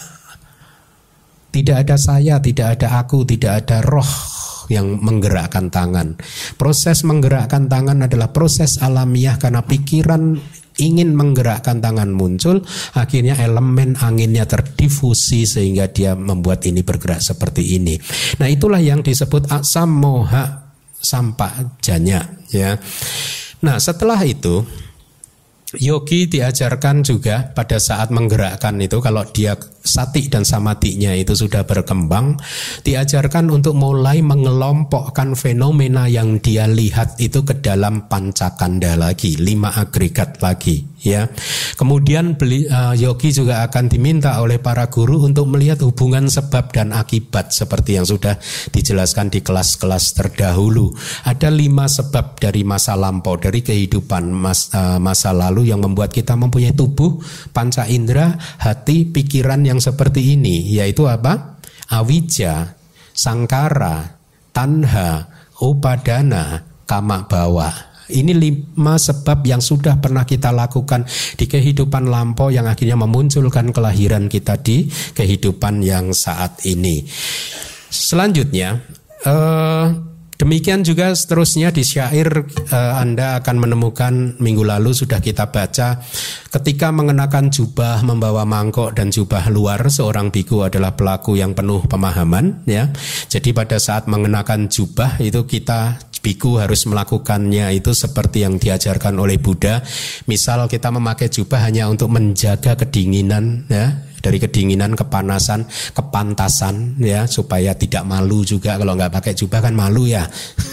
Tidak ada saya, tidak ada aku, tidak ada roh yang menggerakkan tangan. Proses menggerakkan tangan adalah proses alamiah karena pikiran ingin menggerakkan tangan muncul, akhirnya elemen anginnya terdifusi sehingga dia membuat ini bergerak seperti ini. Nah, itulah yang disebut aksam moha sampajanya, ya. Nah, setelah itu yogi diajarkan juga pada saat menggerakkan itu, kalau dia sati dan samatinya itu sudah berkembang, diajarkan untuk mulai mengelompokkan fenomena yang dia lihat itu ke dalam pancakanda lagi, lima agregat lagi, ya. Kemudian beli, uh, yogi juga akan diminta oleh para guru untuk melihat hubungan sebab dan akibat seperti yang sudah dijelaskan di kelas-kelas terdahulu. Ada lima sebab dari masa lampau, dari kehidupan mas, uh, masa lalu yang membuat kita mempunyai tubuh, panca indera, hati, pikiran yang seperti ini, yaitu apa? Awija, sangkara, tanha, upadana, kama bawa. Ini lima sebab yang sudah pernah kita lakukan di kehidupan lampau yang akhirnya memunculkan kelahiran kita di kehidupan yang saat ini. Selanjutnya, eh, demikian juga seterusnya di syair eh, Anda akan menemukan, minggu lalu sudah kita baca, ketika mengenakan jubah, membawa mangkok dan jubah luar, seorang biku adalah pelaku yang penuh pemahaman, ya. Jadi pada saat mengenakan jubah itu kita biku harus melakukannya itu seperti yang diajarkan oleh Buddha. Misal kita memakai jubah hanya untuk menjaga kedinginan, ya. Dari kedinginan, kepanasan, kepantasan, ya, supaya tidak malu juga. Kalau nggak pakai jubah kan malu, ya.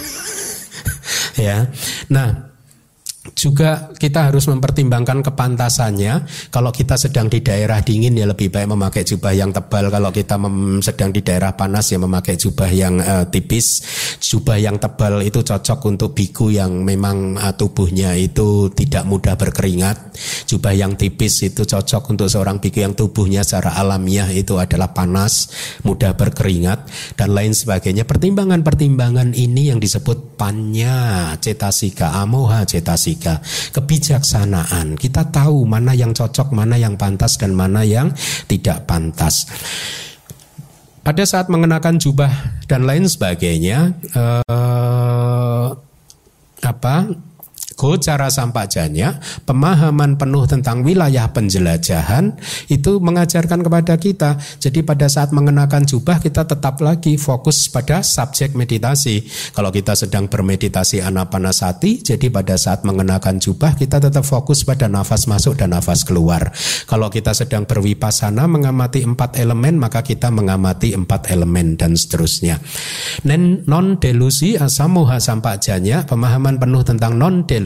Ya. Nah, juga kita harus mempertimbangkan kepantasannya. Kalau kita sedang di daerah dingin ya lebih baik memakai jubah yang tebal. Kalau kita mem- sedang di daerah panas ya memakai jubah yang uh, tipis. Jubah yang tebal itu cocok untuk biku yang memang uh, tubuhnya itu tidak mudah berkeringat. Jubah yang tipis itu cocok untuk seorang biku yang tubuhnya secara alamiah itu adalah panas, mudah berkeringat dan lain sebagainya. Pertimbangan-pertimbangan ini yang disebut panya cetasika, amoha cetasika, kebijaksanaan. Kita tahu mana yang cocok, mana yang pantas dan mana yang tidak pantas. Pada saat mengenakan jubah dan lain sebagainya, eh, apa? Gocara sampajanya, pemahaman penuh tentang wilayah penjelajahan itu mengajarkan kepada kita. Jadi pada saat mengenakan jubah kita tetap lagi fokus pada subjek meditasi. Kalau kita sedang bermeditasi anapanasati, jadi pada saat mengenakan jubah kita tetap fokus pada nafas masuk dan nafas keluar. Kalau kita sedang berwipasana mengamati empat elemen, maka kita mengamati empat elemen dan seterusnya. Non delusi asamoha sampajanya, pemahaman penuh tentang non delusi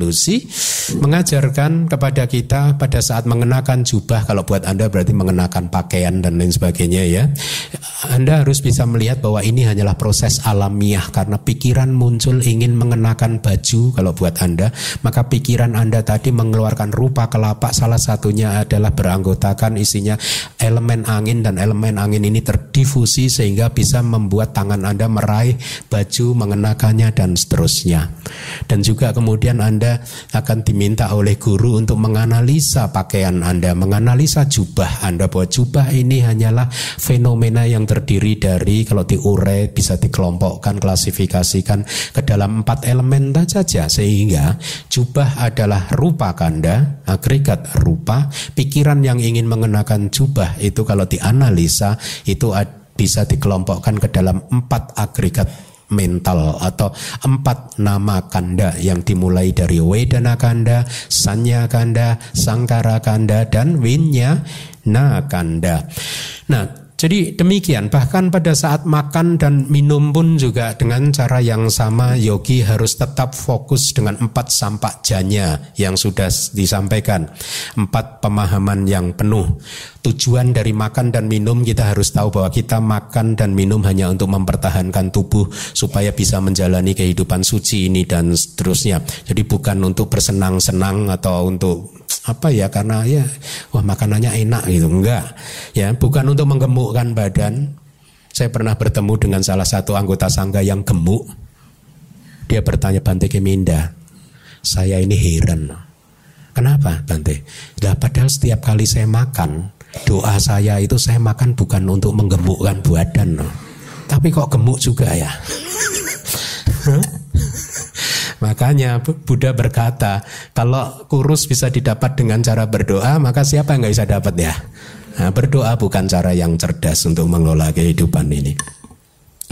mengajarkan kepada kita pada saat mengenakan jubah. Kalau buat Anda berarti mengenakan pakaian dan lain sebagainya, ya. Anda harus bisa melihat bahwa ini hanyalah proses alamiah karena pikiran muncul ingin mengenakan baju. Kalau buat Anda, maka pikiran Anda tadi mengeluarkan rupa kelapa, salah satunya adalah beranggotakan isinya elemen angin, dan elemen angin ini terdifusi sehingga bisa membuat tangan Anda meraih baju, mengenakannya dan seterusnya. Dan juga kemudian Anda akan diminta oleh guru untuk menganalisa pakaian Anda, menganalisa jubah Anda, bahwa jubah ini hanyalah fenomena yang terdiri dari, kalau diurai bisa dikelompokkan, klasifikasikan ke dalam empat elemen saja, sehingga jubah adalah rupa kanda, agregat rupa. Pikiran yang ingin mengenakan jubah itu kalau dianalisa itu bisa dikelompokkan ke dalam empat agregat mental atau empat nama kanda yang dimulai dari Wedana kanda, Sanya kanda, Sangkara kanda dan Vinyana kanda. Nah, jadi demikian, bahkan pada saat makan dan minum pun juga dengan cara yang sama, yogi harus tetap fokus dengan empat sampajanya yang sudah disampaikan, empat pemahaman yang penuh. Tujuan dari makan dan minum, kita harus tahu bahwa kita makan dan minum hanya untuk mempertahankan tubuh supaya bisa menjalani kehidupan suci ini dan seterusnya. Jadi bukan untuk bersenang-senang atau untuk apa ya, karena ya wah makanannya enak gitu, enggak. Ya, bukan untuk menggemukkan badan. Saya pernah bertemu dengan salah satu anggota sangga yang gemuk. Dia bertanya, Bante Keminda, saya ini heran. Kenapa Bante? Nah, padahal setiap kali saya makan, doa saya itu saya makan bukan untuk menggemukkan badan, no. Tapi kok gemuk juga ya. Makanya Buddha berkata, kalau kurus bisa didapat dengan cara berdoa, maka siapa yang gak bisa dapat ya? Nah, berdoa bukan cara yang cerdas untuk mengelola kehidupan ini.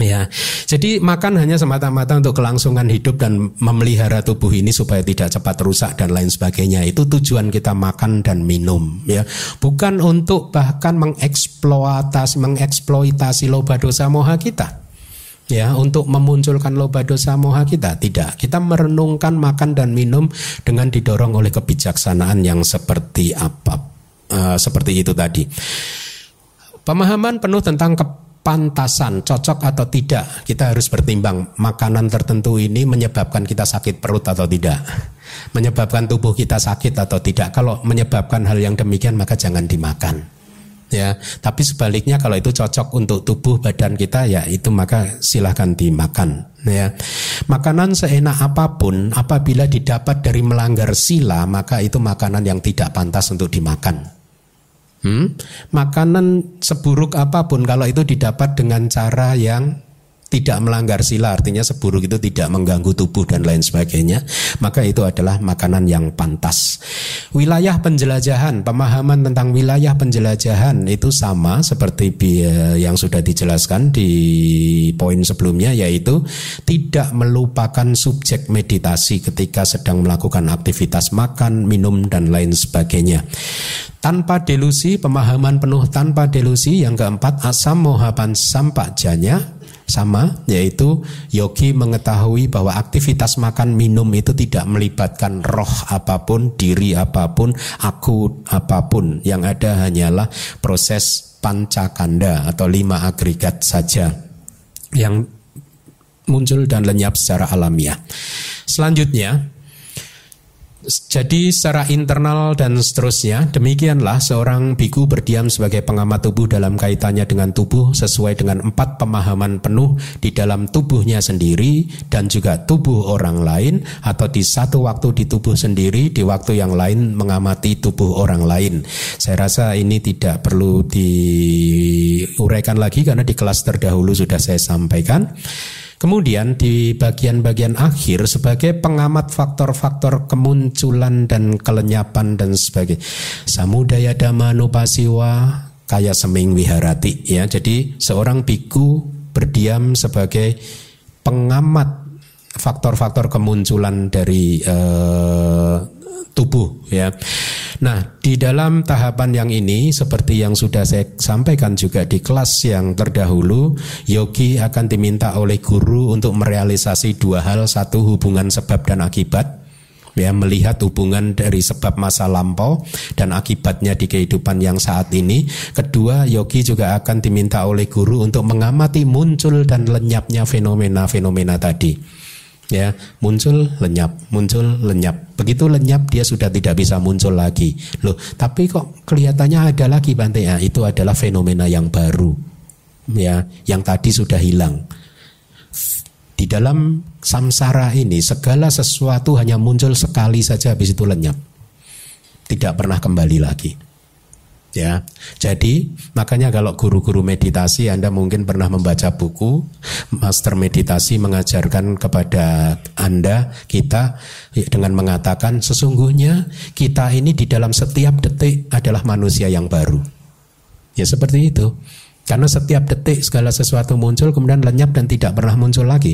Ya, jadi makan hanya semata-mata untuk kelangsungan hidup dan memelihara tubuh ini supaya tidak cepat rusak dan lain sebagainya. Itu tujuan kita makan dan minum, ya. Bukan untuk bahkan mengeksploitasi mengeksploitasi loba dosa moha kita. Ya, untuk memunculkan loba dosa moha kita, tidak. Kita merenungkan makan dan minum dengan didorong oleh kebijaksanaan yang seperti apa? Uh, seperti itu tadi. Pemahaman penuh tentang ke pantasan, cocok atau tidak. Kita harus bertimbang makanan tertentu ini menyebabkan kita sakit perut atau tidak, menyebabkan tubuh kita sakit atau tidak. Kalau menyebabkan hal yang demikian maka jangan dimakan, ya. Tapi sebaliknya kalau itu cocok untuk tubuh badan kita, ya itu maka silahkan dimakan, ya. Makanan seenak apapun apabila didapat dari melanggar sila maka itu makanan yang tidak pantas untuk dimakan. Hmm? Makanan seburuk apapun kalau itu didapat dengan cara yang tidak melanggar sila, artinya seburuk itu tidak mengganggu tubuh dan lain sebagainya, maka itu adalah makanan yang pantas. Wilayah penjelajahan, pemahaman tentang wilayah penjelajahan itu sama seperti yang sudah dijelaskan di poin sebelumnya, yaitu tidak melupakan subjek meditasi ketika sedang melakukan aktivitas makan, minum dan lain sebagainya. Tanpa delusi, pemahaman penuh tanpa delusi. Yang keempat, asam mohapan sampajanya, sama, yaitu yogi mengetahui bahwa aktivitas makan minum itu tidak melibatkan roh apapun, diri apapun, aku apapun. Yang ada hanyalah proses pancakanda atau lima agregat saja yang muncul dan lenyap secara alamiah. Selanjutnya, jadi secara internal dan seterusnya, demikianlah seorang biku berdiam sebagai pengamat tubuh dalam kaitannya dengan tubuh sesuai dengan empat pemahaman penuh di dalam tubuhnya sendiri dan juga tubuh orang lain, atau di satu waktu di tubuh sendiri, di waktu yang lain mengamati tubuh orang lain. Saya rasa ini tidak perlu diuraikan lagi karena di kelas terdahulu sudah saya sampaikan. Kemudian di bagian-bagian akhir sebagai pengamat faktor-faktor kemunculan dan kelenyapan dan sebagainya. Samudaya dhamma nupasiwa kaya seming wiharati, ya. Jadi seorang biku berdiam sebagai pengamat faktor-faktor kemunculan dari uh, tubuh, ya. Nah, di dalam tahapan yang ini seperti yang sudah saya sampaikan juga di kelas yang terdahulu, yogi akan diminta oleh guru untuk merealisasi dua hal. Satu, hubungan sebab dan akibat, ya, melihat hubungan dari sebab masa lampau dan akibatnya di kehidupan yang saat ini. Kedua, yogi juga akan diminta oleh guru untuk mengamati muncul dan lenyapnya fenomena-fenomena tadi. Ya, muncul lenyap, muncul lenyap. Begitu lenyap dia sudah tidak bisa muncul lagi. Loh, tapi kok kelihatannya ada lagi, Bante? Ya, itu adalah fenomena yang baru. Ya, yang tadi sudah hilang. Di dalam samsara ini segala sesuatu hanya muncul sekali saja habis itu lenyap. Tidak pernah kembali lagi. Ya, jadi makanya kalau guru-guru meditasi, Anda mungkin pernah membaca buku Master Meditasi mengajarkan kepada Anda, kita, dengan mengatakan sesungguhnya kita ini di dalam setiap detik adalah manusia yang baru. Ya seperti itu. Karena setiap detik segala sesuatu muncul kemudian lenyap dan tidak pernah muncul lagi.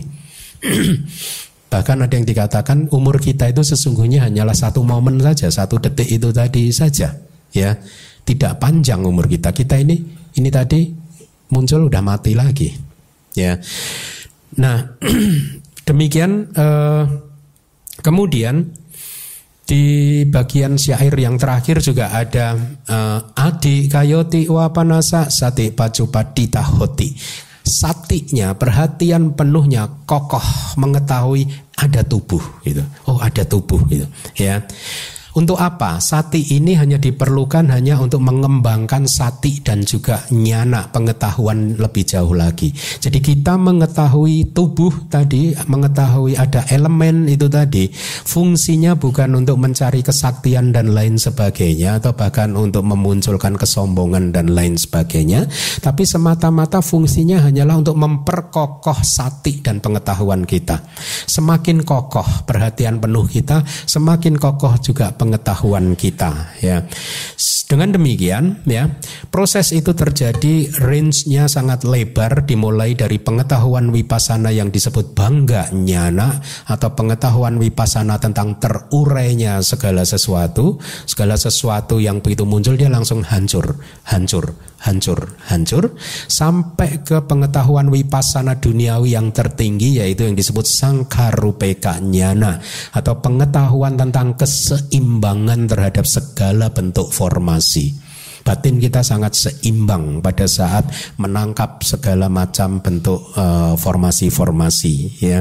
Bahkan ada yang dikatakan umur kita itu sesungguhnya hanyalah satu momen saja, satu detik itu tadi saja, ya. Tidak panjang umur kita. Kita ini ini tadi muncul udah mati lagi, ya. Nah, demikian. Eh, kemudian di bagian syair yang terakhir juga ada eh, adi kayoti wapanasa sati pacupati tahoti. Satinya, perhatian penuhnya, kokoh mengetahui ada tubuh, gitu. Oh, ada tubuh, gitu, ya. Untuk apa? Sati ini hanya diperlukan hanya untuk mengembangkan sati dan juga nyana, pengetahuan lebih jauh lagi. Jadi kita mengetahui tubuh tadi, mengetahui ada elemen itu tadi, fungsinya bukan untuk mencari kesaktian dan lain sebagainya, atau bahkan untuk memunculkan kesombongan dan lain sebagainya, tapi semata-mata fungsinya hanyalah untuk memperkokoh sati dan pengetahuan kita. Semakin kokoh perhatian penuh kita, semakin kokoh juga pengetahuan kita, ya. Dengan demikian, ya, proses itu terjadi, range-nya sangat lebar, dimulai dari pengetahuan wipasana yang disebut bangga nyana, atau pengetahuan wipasana tentang terurainya segala sesuatu. Segala sesuatu yang begitu muncul dia langsung hancur, hancur, hancur, hancur, sampai ke pengetahuan wipasana duniawi yang tertinggi, yaitu yang disebut sangkarupeka nyana, atau pengetahuan tentang keseimbangan terhadap segala bentuk formasi. Batin kita sangat seimbang pada saat menangkap segala macam bentuk uh, formasi-formasi, ya.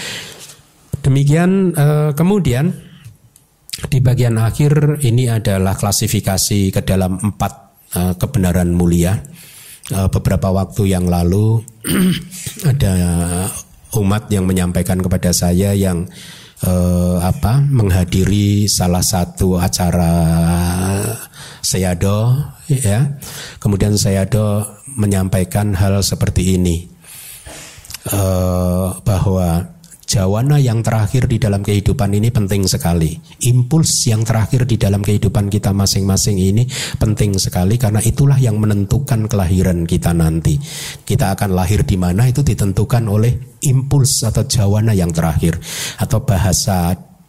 Demikian, uh, kemudian di bagian akhir ini adalah klasifikasi ke dalam empat uh, kebenaran mulia. Uh, beberapa waktu yang lalu ada umat yang menyampaikan kepada saya yang uh, apa menghadiri salah satu acara Sayadaw, ya. Kemudian Sayadaw menyampaikan hal seperti ini, uh, bahwa jawana yang terakhir di dalam kehidupan ini penting sekali. Impuls yang terakhir di dalam kehidupan kita masing-masing ini penting sekali, karena itulah yang menentukan kelahiran kita nanti. Kita akan lahir di mana itu ditentukan oleh impuls atau jawana yang terakhir, atau bahasa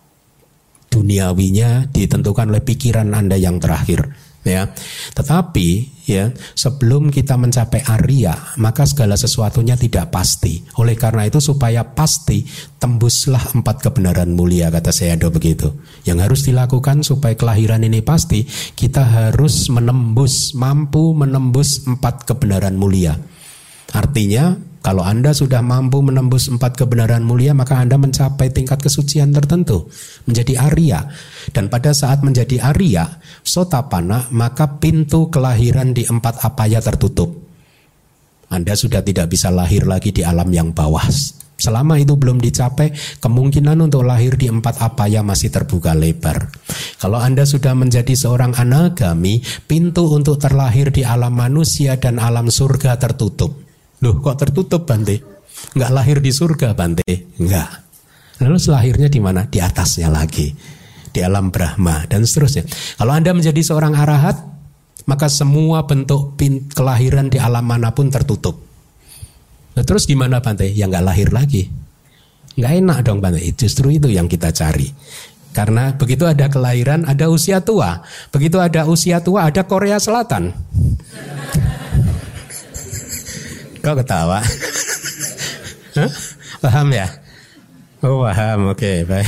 duniawinya ditentukan oleh pikiran Anda yang terakhir, ya. Tetapi, ya, sebelum kita mencapai Arya, maka segala sesuatunya tidak pasti. Oleh karena itu, supaya pasti, tembuslah empat kebenaran mulia, kata Sayadaw begitu. Yang harus dilakukan supaya kelahiran ini pasti, kita harus menembus, mampu menembus empat kebenaran mulia. Artinya, kalau Anda sudah mampu menembus empat kebenaran mulia, maka Anda mencapai tingkat kesucian tertentu, menjadi Arya. Dan pada saat menjadi Arya, Sotapanna, maka pintu kelahiran di empat apaya tertutup. Anda sudah tidak bisa lahir lagi di alam yang bawah. Selama itu belum dicapai, kemungkinan untuk lahir di empat apaya masih terbuka lebar. Kalau Anda sudah menjadi seorang anagami, pintu untuk terlahir di alam manusia dan alam surga tertutup. Loh, kok tertutup, Bante? Enggak lahir di surga, Bante? Enggak. Lalu lahirnya di mana? Di atasnya lagi, di alam Brahma, dan seterusnya. Kalau Anda menjadi seorang arahat, maka semua bentuk kelahiran di alam manapun tertutup. Nah, terus di mana, Bante? Ya enggak lahir lagi. Enggak enak dong, Bante. Justru itu yang kita cari. Karena begitu ada kelahiran, ada usia tua. Begitu ada usia tua, ada Korea Selatan. Kok ketawa? Hah? Paham ya? Oh, paham. Oke, okay, baik.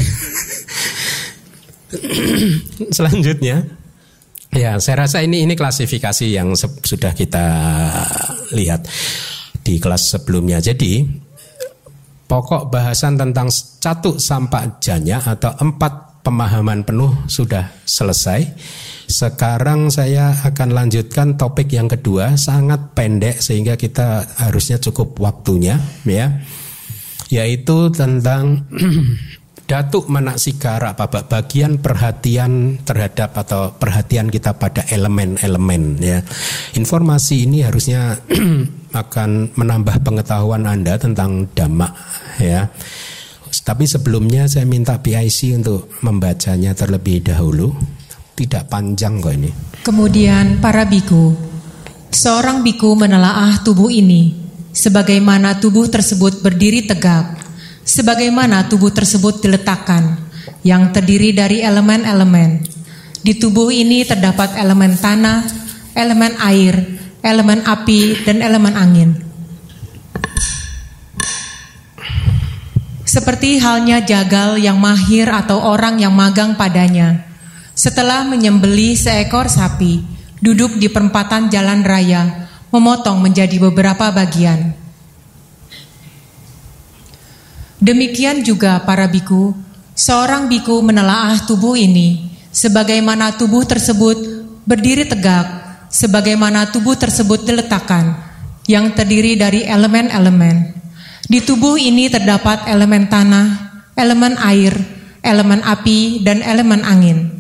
Selanjutnya, ya, saya rasa ini ini klasifikasi yang se- sudah kita lihat di kelas sebelumnya. Jadi, pokok bahasan tentang catuk sampak janya atau empat pemahaman penuh sudah selesai. Sekarang saya akan lanjutkan topik yang kedua, sangat pendek sehingga kita harusnya cukup waktunya, ya, yaitu tentang datuk manasikara, bagian perhatian terhadap atau perhatian kita pada elemen-elemen, ya. Informasi ini harusnya akan menambah pengetahuan Anda tentang Dhamma, ya. Tapi sebelumnya saya minta P I C untuk membacanya terlebih dahulu. Tidak panjang kok ini.
Kemudian para biku, seorang biku menelaah tubuh ini, sebagaimana tubuh tersebut berdiri tegak, sebagaimana tubuh tersebut diletakkan, yang terdiri dari elemen-elemen. Di tubuh ini terdapat elemen tanah, elemen air, elemen api, dan elemen angin. Seperti halnya jagal yang mahir atau orang yang magang padanya, setelah menyembelih seekor sapi, duduk di perempatan jalan raya, memotong menjadi beberapa bagian. Demikian juga para biku, seorang biku menelaah tubuh ini, sebagaimana tubuh tersebut berdiri tegak, sebagaimana tubuh tersebut diletakkan, yang terdiri dari elemen-elemen. Di tubuh ini terdapat elemen tanah, elemen air, elemen api, dan elemen angin.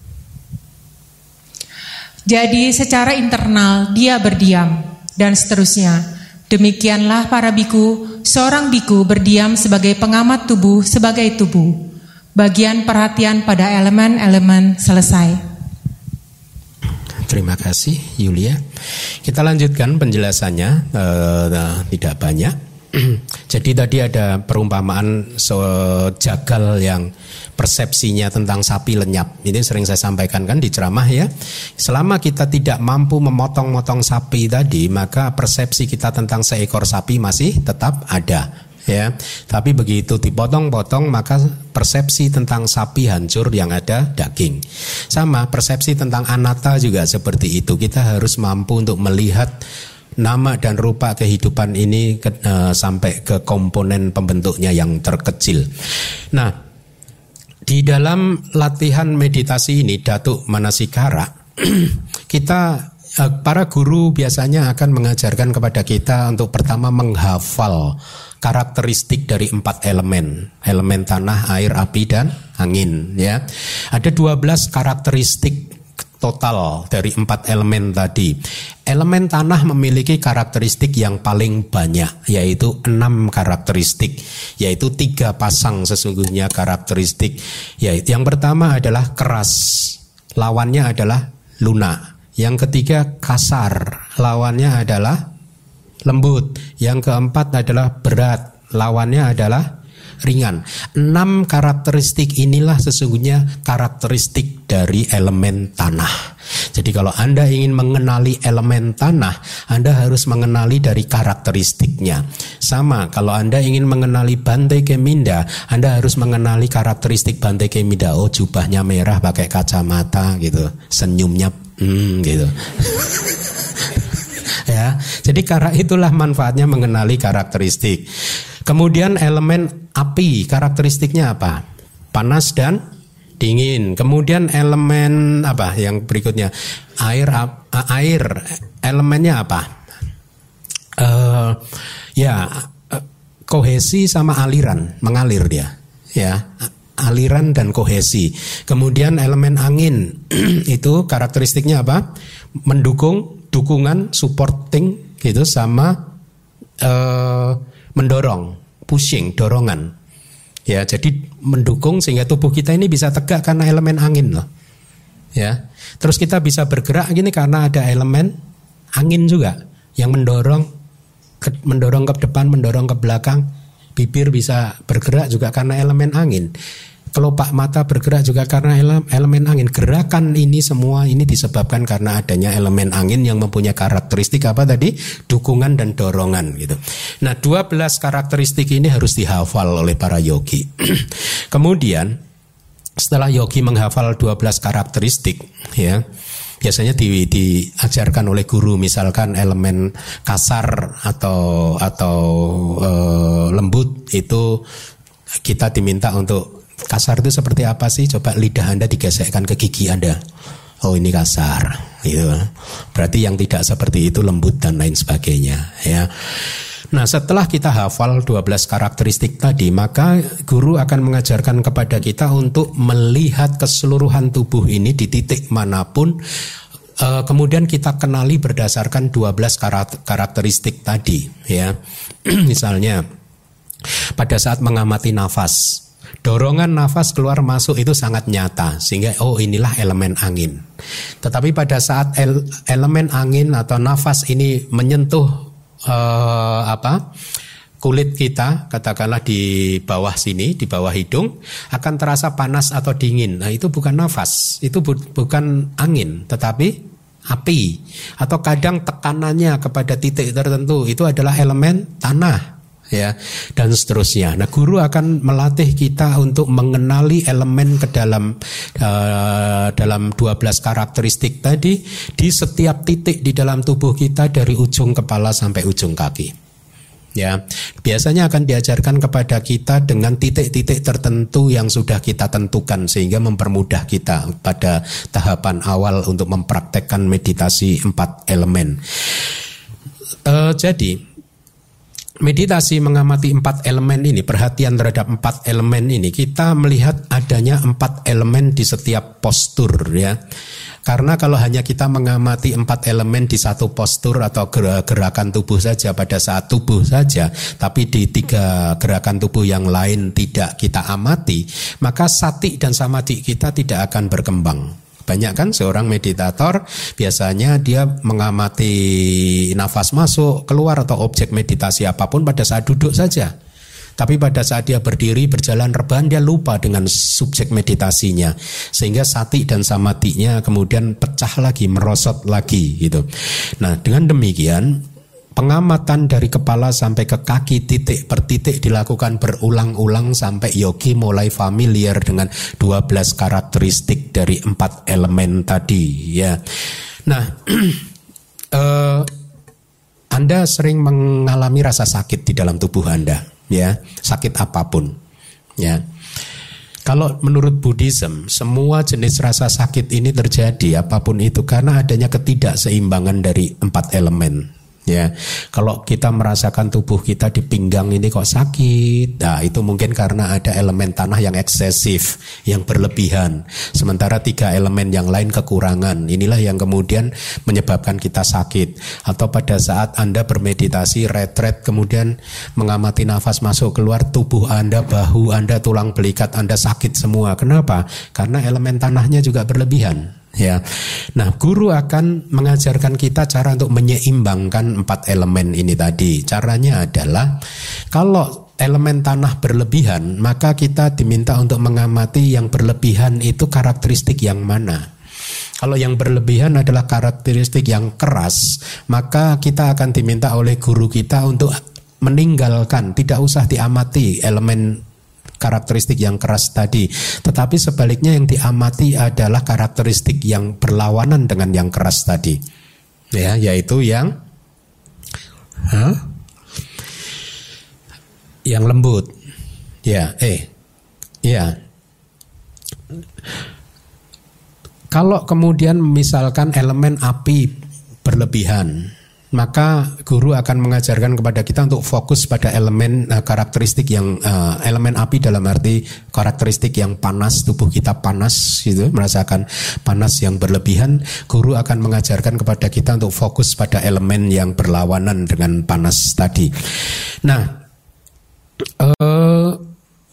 Jadi secara internal dia berdiam, dan seterusnya. Demikianlah para biku, seorang biku berdiam sebagai pengamat tubuh sebagai tubuh. Bagian perhatian pada elemen-elemen selesai.
Terima kasih Yulia. Kita lanjutkan penjelasannya, uh, tidak banyak. Jadi tadi ada perumpamaan sejagal yang persepsinya tentang sapi lenyap. Ini sering saya sampaikan kan di ceramah ya. Selama kita tidak mampu memotong-motong sapi tadi, maka persepsi kita tentang seekor sapi masih tetap ada. Ya, tapi begitu dipotong-potong maka persepsi tentang sapi hancur, yang ada daging. Sama persepsi tentang anatta juga seperti itu. Kita harus mampu untuk melihat nama dan rupa kehidupan ini ke, uh, sampai ke komponen pembentuknya yang terkecil. Nah, di dalam latihan meditasi ini Datuk Manasikara, kita para guru biasanya akan mengajarkan kepada kita untuk pertama menghafal karakteristik dari empat elemen, elemen tanah, air, api, dan angin. Ya, ada dua belas karakteristik total dari empat elemen tadi. Elemen tanah memiliki karakteristik yang paling banyak, yaitu enam karakteristik, yaitu tiga pasang sesungguhnya karakteristik. Yaitu yang pertama adalah keras, lawannya adalah lunak. Yang ketiga kasar, lawannya adalah lembut. Yang keempat adalah berat, lawannya adalah ringan. Enam karakteristik inilah sesungguhnya karakteristik dari elemen tanah. Jadi kalau Anda ingin mengenali elemen tanah, Anda harus mengenali dari karakteristiknya. Sama, kalau Anda ingin mengenali Bante Keminda, Anda harus mengenali karakteristik Bante Keminda. Oh, jubahnya merah, pakai kacamata gitu, senyumnya hmm, gitu. Ya, jadi karena itulah manfaatnya mengenali karakteristik. Kemudian elemen api, karakteristiknya apa? Panas dan dingin. Kemudian elemen apa yang berikutnya? Air, air elemennya apa? Uh, ya, kohesi sama aliran, mengalir dia. Ya, aliran dan kohesi. Kemudian elemen angin itu karakteristiknya apa? Mendukung, dukungan, supporting gitu, sama uh, mendorong, pushing, dorongan. Ya, jadi mendukung sehingga tubuh kita ini bisa tegak karena elemen angin loh. Ya. Terus kita bisa bergerak gini karena ada elemen angin juga yang mendorong ke, mendorong ke depan, mendorong ke belakang. Bibir bisa bergerak juga karena elemen angin. Kelopak mata bergerak juga karena elemen angin. Gerakan ini semua ini disebabkan karena adanya elemen angin yang mempunyai karakteristik apa tadi? Dukungan dan dorongan gitu. Nah, dua belas karakteristik ini harus dihafal oleh para yogi. Kemudian setelah yogi menghafal dua belas karakteristik, ya, biasanya di, diajarkan oleh guru, misalkan elemen kasar atau atau e, lembut itu kita diminta untuk kasar itu seperti apa sih? Coba lidah Anda digesekkan ke gigi Anda. Oh, ini kasar. Gitu. Berarti yang tidak seperti itu lembut dan lain sebagainya. Ya. Nah, setelah kita hafal dua belas karakteristik tadi, maka guru akan mengajarkan kepada kita untuk melihat keseluruhan tubuh ini di titik manapun. E, kemudian kita kenali berdasarkan dua belas karakteristik tadi. Ya. Misalnya, pada saat mengamati nafas, dorongan nafas keluar masuk itu sangat nyata, sehingga oh inilah elemen angin. Tetapi pada saat el, elemen angin atau nafas ini menyentuh uh, apa kulit kita, katakanlah di bawah sini, di bawah hidung, akan terasa panas atau dingin. Nah, itu bukan nafas, itu bu, bukan angin, tetapi api. Atau kadang tekanannya kepada titik tertentu itu adalah elemen tanah. Ya, dan seterusnya. Nah, guru akan melatih kita untuk mengenali elemen ke dalam uh, dalam dua belas karakteristik tadi di setiap titik di dalam tubuh kita dari ujung kepala sampai ujung kaki. Ya, biasanya akan diajarkan kepada kita dengan titik-titik tertentu yang sudah kita tentukan sehingga mempermudah kita pada tahapan awal untuk mempraktekkan meditasi empat elemen. Uh, jadi meditasi mengamati empat elemen ini, perhatian terhadap empat elemen ini, kita melihat adanya empat elemen di setiap postur, ya. Karena kalau hanya kita mengamati empat elemen di satu postur atau gerakan tubuh saja pada saat tubuh saja, tapi di tiga gerakan tubuh yang lain tidak kita amati, maka sati dan samadhi kita tidak akan berkembang. Banyak kan seorang meditator biasanya dia mengamati nafas masuk, keluar atau objek meditasi apapun pada saat duduk saja. Tapi pada saat dia berdiri, berjalan rebahan, dia lupa dengan subjek meditasinya. Sehingga sati dan samatinya kemudian pecah lagi, merosot lagi gitu. Nah, dengan demikian pengamatan dari kepala sampai ke kaki titik per titik dilakukan berulang-ulang sampai yogi mulai familiar dengan dua belas karakteristik dari empat elemen tadi ya. Nah, eh, Anda sering mengalami rasa sakit di dalam tubuh Anda. Ya, sakit apapun. Ya, kalau menurut Buddhism, semua jenis rasa sakit ini terjadi apapun itu karena adanya ketidakseimbangan dari empat elemen. Ya, kalau kita merasakan tubuh kita di pinggang ini kok sakit, nah itu mungkin karena ada elemen tanah yang eksesif, yang berlebihan. Sementara tiga elemen yang lain kekurangan. Inilah yang kemudian menyebabkan kita sakit. Atau pada saat Anda bermeditasi, retret, kemudian mengamati nafas masuk keluar, tubuh Anda, bahu Anda, tulang belikat Anda sakit semua. Kenapa? Karena elemen tanahnya juga berlebihan. Ya, nah guru akan mengajarkan kita cara untuk menyeimbangkan empat elemen ini tadi. Caranya adalah kalau elemen tanah berlebihan, maka kita diminta untuk mengamati yang berlebihan itu karakteristik yang mana. Kalau yang berlebihan adalah karakteristik yang keras, maka kita akan diminta oleh guru kita untuk meninggalkan, tidak usah diamati elemen karakteristik yang keras tadi, tetapi sebaliknya yang diamati adalah karakteristik yang berlawanan dengan yang keras tadi, ya, yaitu yang, huh? yang lembut, ya, eh, ya. Kalau kemudian misalkan elemen api berlebihan, maka guru akan mengajarkan kepada kita untuk fokus pada elemen uh, karakteristik yang uh, elemen api dalam arti karakteristik yang panas, tubuh kita panas gitu, merasakan panas yang berlebihan. Guru akan mengajarkan kepada kita untuk fokus pada elemen yang berlawanan dengan panas tadi. Nah, uh,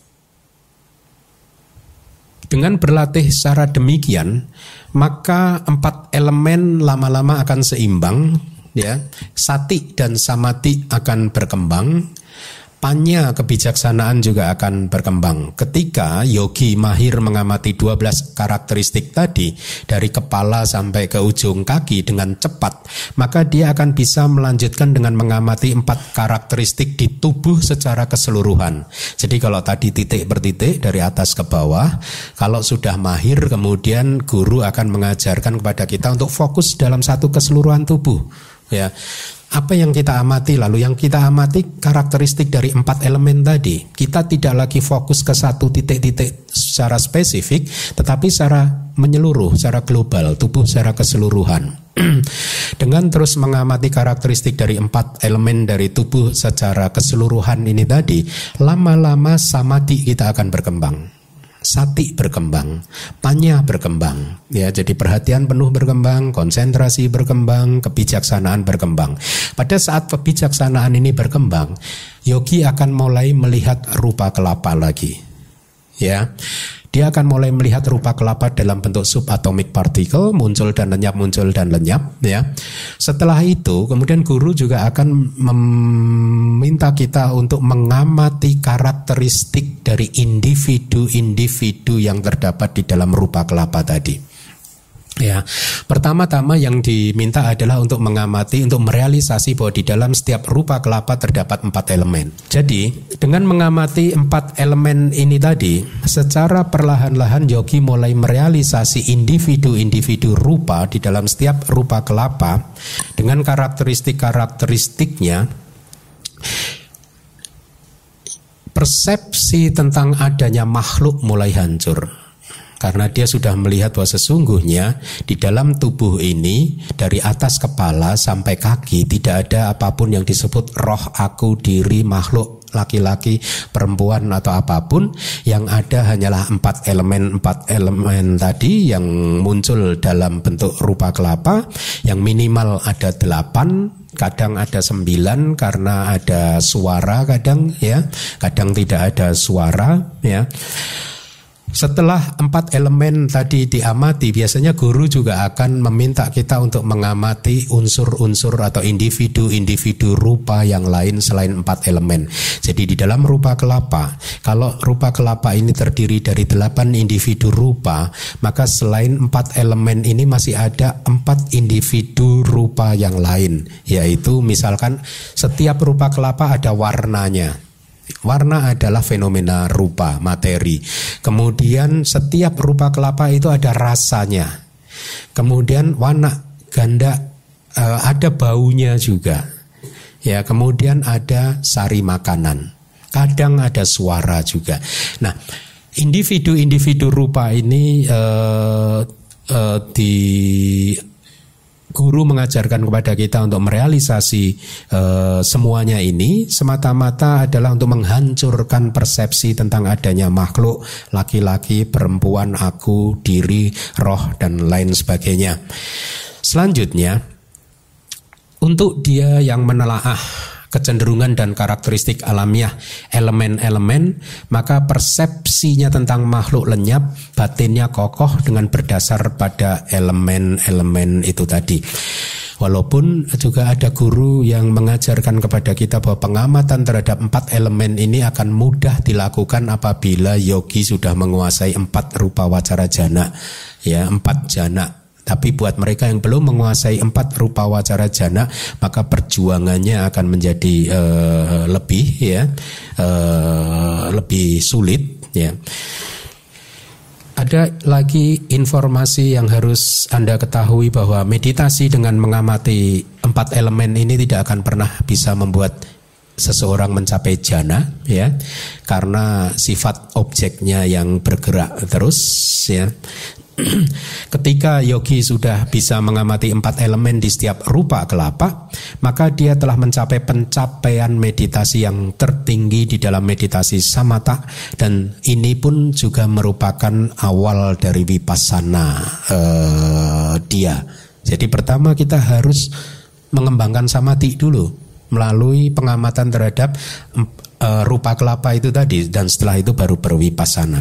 dengan berlatih secara demikian, maka empat elemen lama-lama akan seimbang. Ya, sati dan samati akan berkembang, panya kebijaksanaan juga akan berkembang. Ketika yogi mahir mengamati dua belas karakteristik tadi dari kepala sampai ke ujung kaki dengan cepat, maka dia akan bisa melanjutkan dengan mengamati empat karakteristik di tubuh secara keseluruhan. Jadi kalau tadi titik per titik dari atas ke bawah, kalau sudah mahir kemudian guru akan mengajarkan kepada kita untuk fokus dalam satu keseluruhan tubuh. Ya, apa yang kita amati, lalu yang kita amati karakteristik dari empat elemen tadi. Kita tidak lagi fokus ke satu titik-titik secara spesifik, tetapi secara menyeluruh, secara global, tubuh secara keseluruhan. Dengan terus mengamati karakteristik dari empat elemen dari tubuh secara keseluruhan ini tadi, lama-lama samadhi kita akan berkembang. Sati berkembang, panya berkembang, ya, jadi perhatian penuh berkembang, konsentrasi berkembang, kebijaksanaan berkembang. Pada saat kebijaksanaan ini berkembang, yogi akan mulai melihat rupa kelapa lagi, ya. Dia akan mulai melihat rupa kelapa dalam bentuk subatomic particle, muncul dan lenyap, muncul dan lenyap, ya. Setelah itu, kemudian guru juga akan meminta kita untuk mengamati karakteristik dari individu-individu yang terdapat di dalam rupa kelapa tadi. Ya, pertama-tama yang diminta adalah untuk mengamati, untuk merealisasi bahwa di dalam setiap rupa kelapa terdapat empat elemen. Jadi, dengan mengamati empat elemen ini tadi, secara perlahan-lahan yogi mulai merealisasi individu-individu rupa di dalam setiap rupa kelapa dengan karakteristik-karakteristiknya. Persepsi tentang adanya makhluk mulai hancur. Karena dia sudah melihat bahwa sesungguhnya di dalam tubuh ini dari atas kepala sampai kaki tidak ada apapun yang disebut roh, aku, diri, makhluk, laki-laki, perempuan atau apapun. Yang ada hanyalah empat elemen empat elemen tadi yang muncul dalam bentuk rupa kelapa, yang minimal ada delapan, kadang ada sembilan karena ada suara, kadang ya, kadang tidak ada suara, ya. Setelah empat elemen tadi diamati, biasanya guru juga akan meminta kita untuk mengamati unsur-unsur atau individu-individu rupa yang lain selain empat elemen. Jadi di dalam rupa kelapa, kalau rupa kelapa ini terdiri dari delapan individu rupa, maka selain empat elemen ini masih ada empat individu rupa yang lain, yaitu misalkan setiap rupa kelapa ada warnanya. Warna adalah fenomena rupa, materi. Kemudian setiap rupa kelapa itu ada rasanya. Kemudian warna ganda uh, ada baunya juga. Ya, kemudian ada sari makanan. Kadang ada suara juga. Nah, individu-individu rupa ini uh, uh, di guru mengajarkan kepada kita untuk merealisasi e, semuanya ini semata-mata adalah untuk menghancurkan persepsi tentang adanya makhluk, laki-laki, perempuan, aku, diri, roh, dan lain sebagainya. Selanjutnya, untuk dia yang menelaah kecenderungan dan karakteristik alamiah elemen-elemen, maka persepsinya tentang makhluk lenyap, batinnya kokoh dengan berdasar pada elemen-elemen itu tadi. Walaupun juga ada guru yang mengajarkan kepada kita bahwa pengamatan terhadap empat elemen ini akan mudah dilakukan apabila yogi sudah menguasai empat rupa wacara jana, ya, empat jana. Tapi buat mereka yang belum menguasai empat rupa wacara jana, maka perjuangannya akan menjadi uh, lebih ya uh, lebih sulit ya. Ada lagi informasi yang harus Anda ketahui bahwa meditasi dengan mengamati empat elemen ini tidak akan pernah bisa membuat seseorang mencapai jana, ya, karena sifat objeknya yang bergerak terus, ya. Ketika yogi sudah bisa mengamati empat elemen di setiap rupa kelapa, maka dia telah mencapai pencapaian meditasi yang tertinggi di dalam meditasi samatha, dan ini pun juga merupakan awal dari vipassana uh, dia. Jadi pertama kita harus mengembangkan samadhi dulu melalui pengamatan terhadap uh, rupa kelapa itu tadi, dan setelah itu baru bervipassana.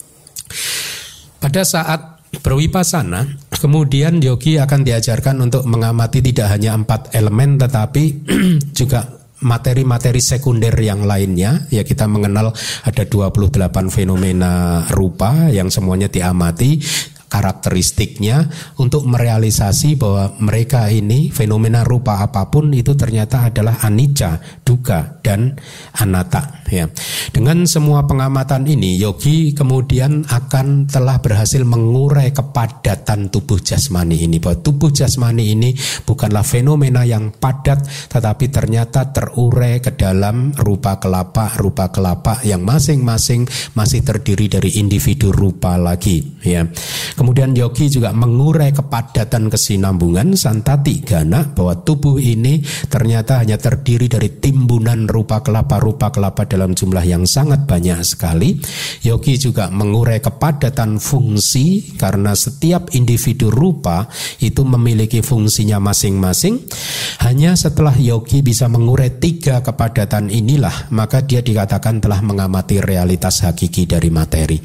Pada saat bervipassana, kemudian yogi akan diajarkan untuk mengamati tidak hanya empat elemen tetapi juga materi-materi sekunder yang lainnya. Ya, kita mengenal ada dua puluh delapan fenomena rupa yang semuanya diamati karakteristiknya untuk merealisasi bahwa mereka ini fenomena rupa apapun itu ternyata adalah anicca, dukkha, dan anatta, ya. Dengan semua pengamatan ini, yogi kemudian akan telah berhasil mengurai kepadatan tubuh jasmani ini, bahwa tubuh jasmani ini bukanlah fenomena yang padat, tetapi ternyata terurai ke dalam rupa kelapa, rupa kelapa yang masing-masing masih terdiri dari individu rupa lagi, ya. Kemudian yogi juga mengurai kepadatan kesinambungan santati gana, bahwa tubuh ini ternyata hanya terdiri dari timbunan rupa kelapa-rupa kelapa dalam jumlah yang sangat banyak sekali. Yogi juga mengurai kepadatan fungsi, karena setiap individu rupa itu memiliki fungsinya masing-masing. Hanya setelah yogi bisa mengurai tiga kepadatan inilah, maka dia dikatakan telah mengamati realitas hakiki dari materi.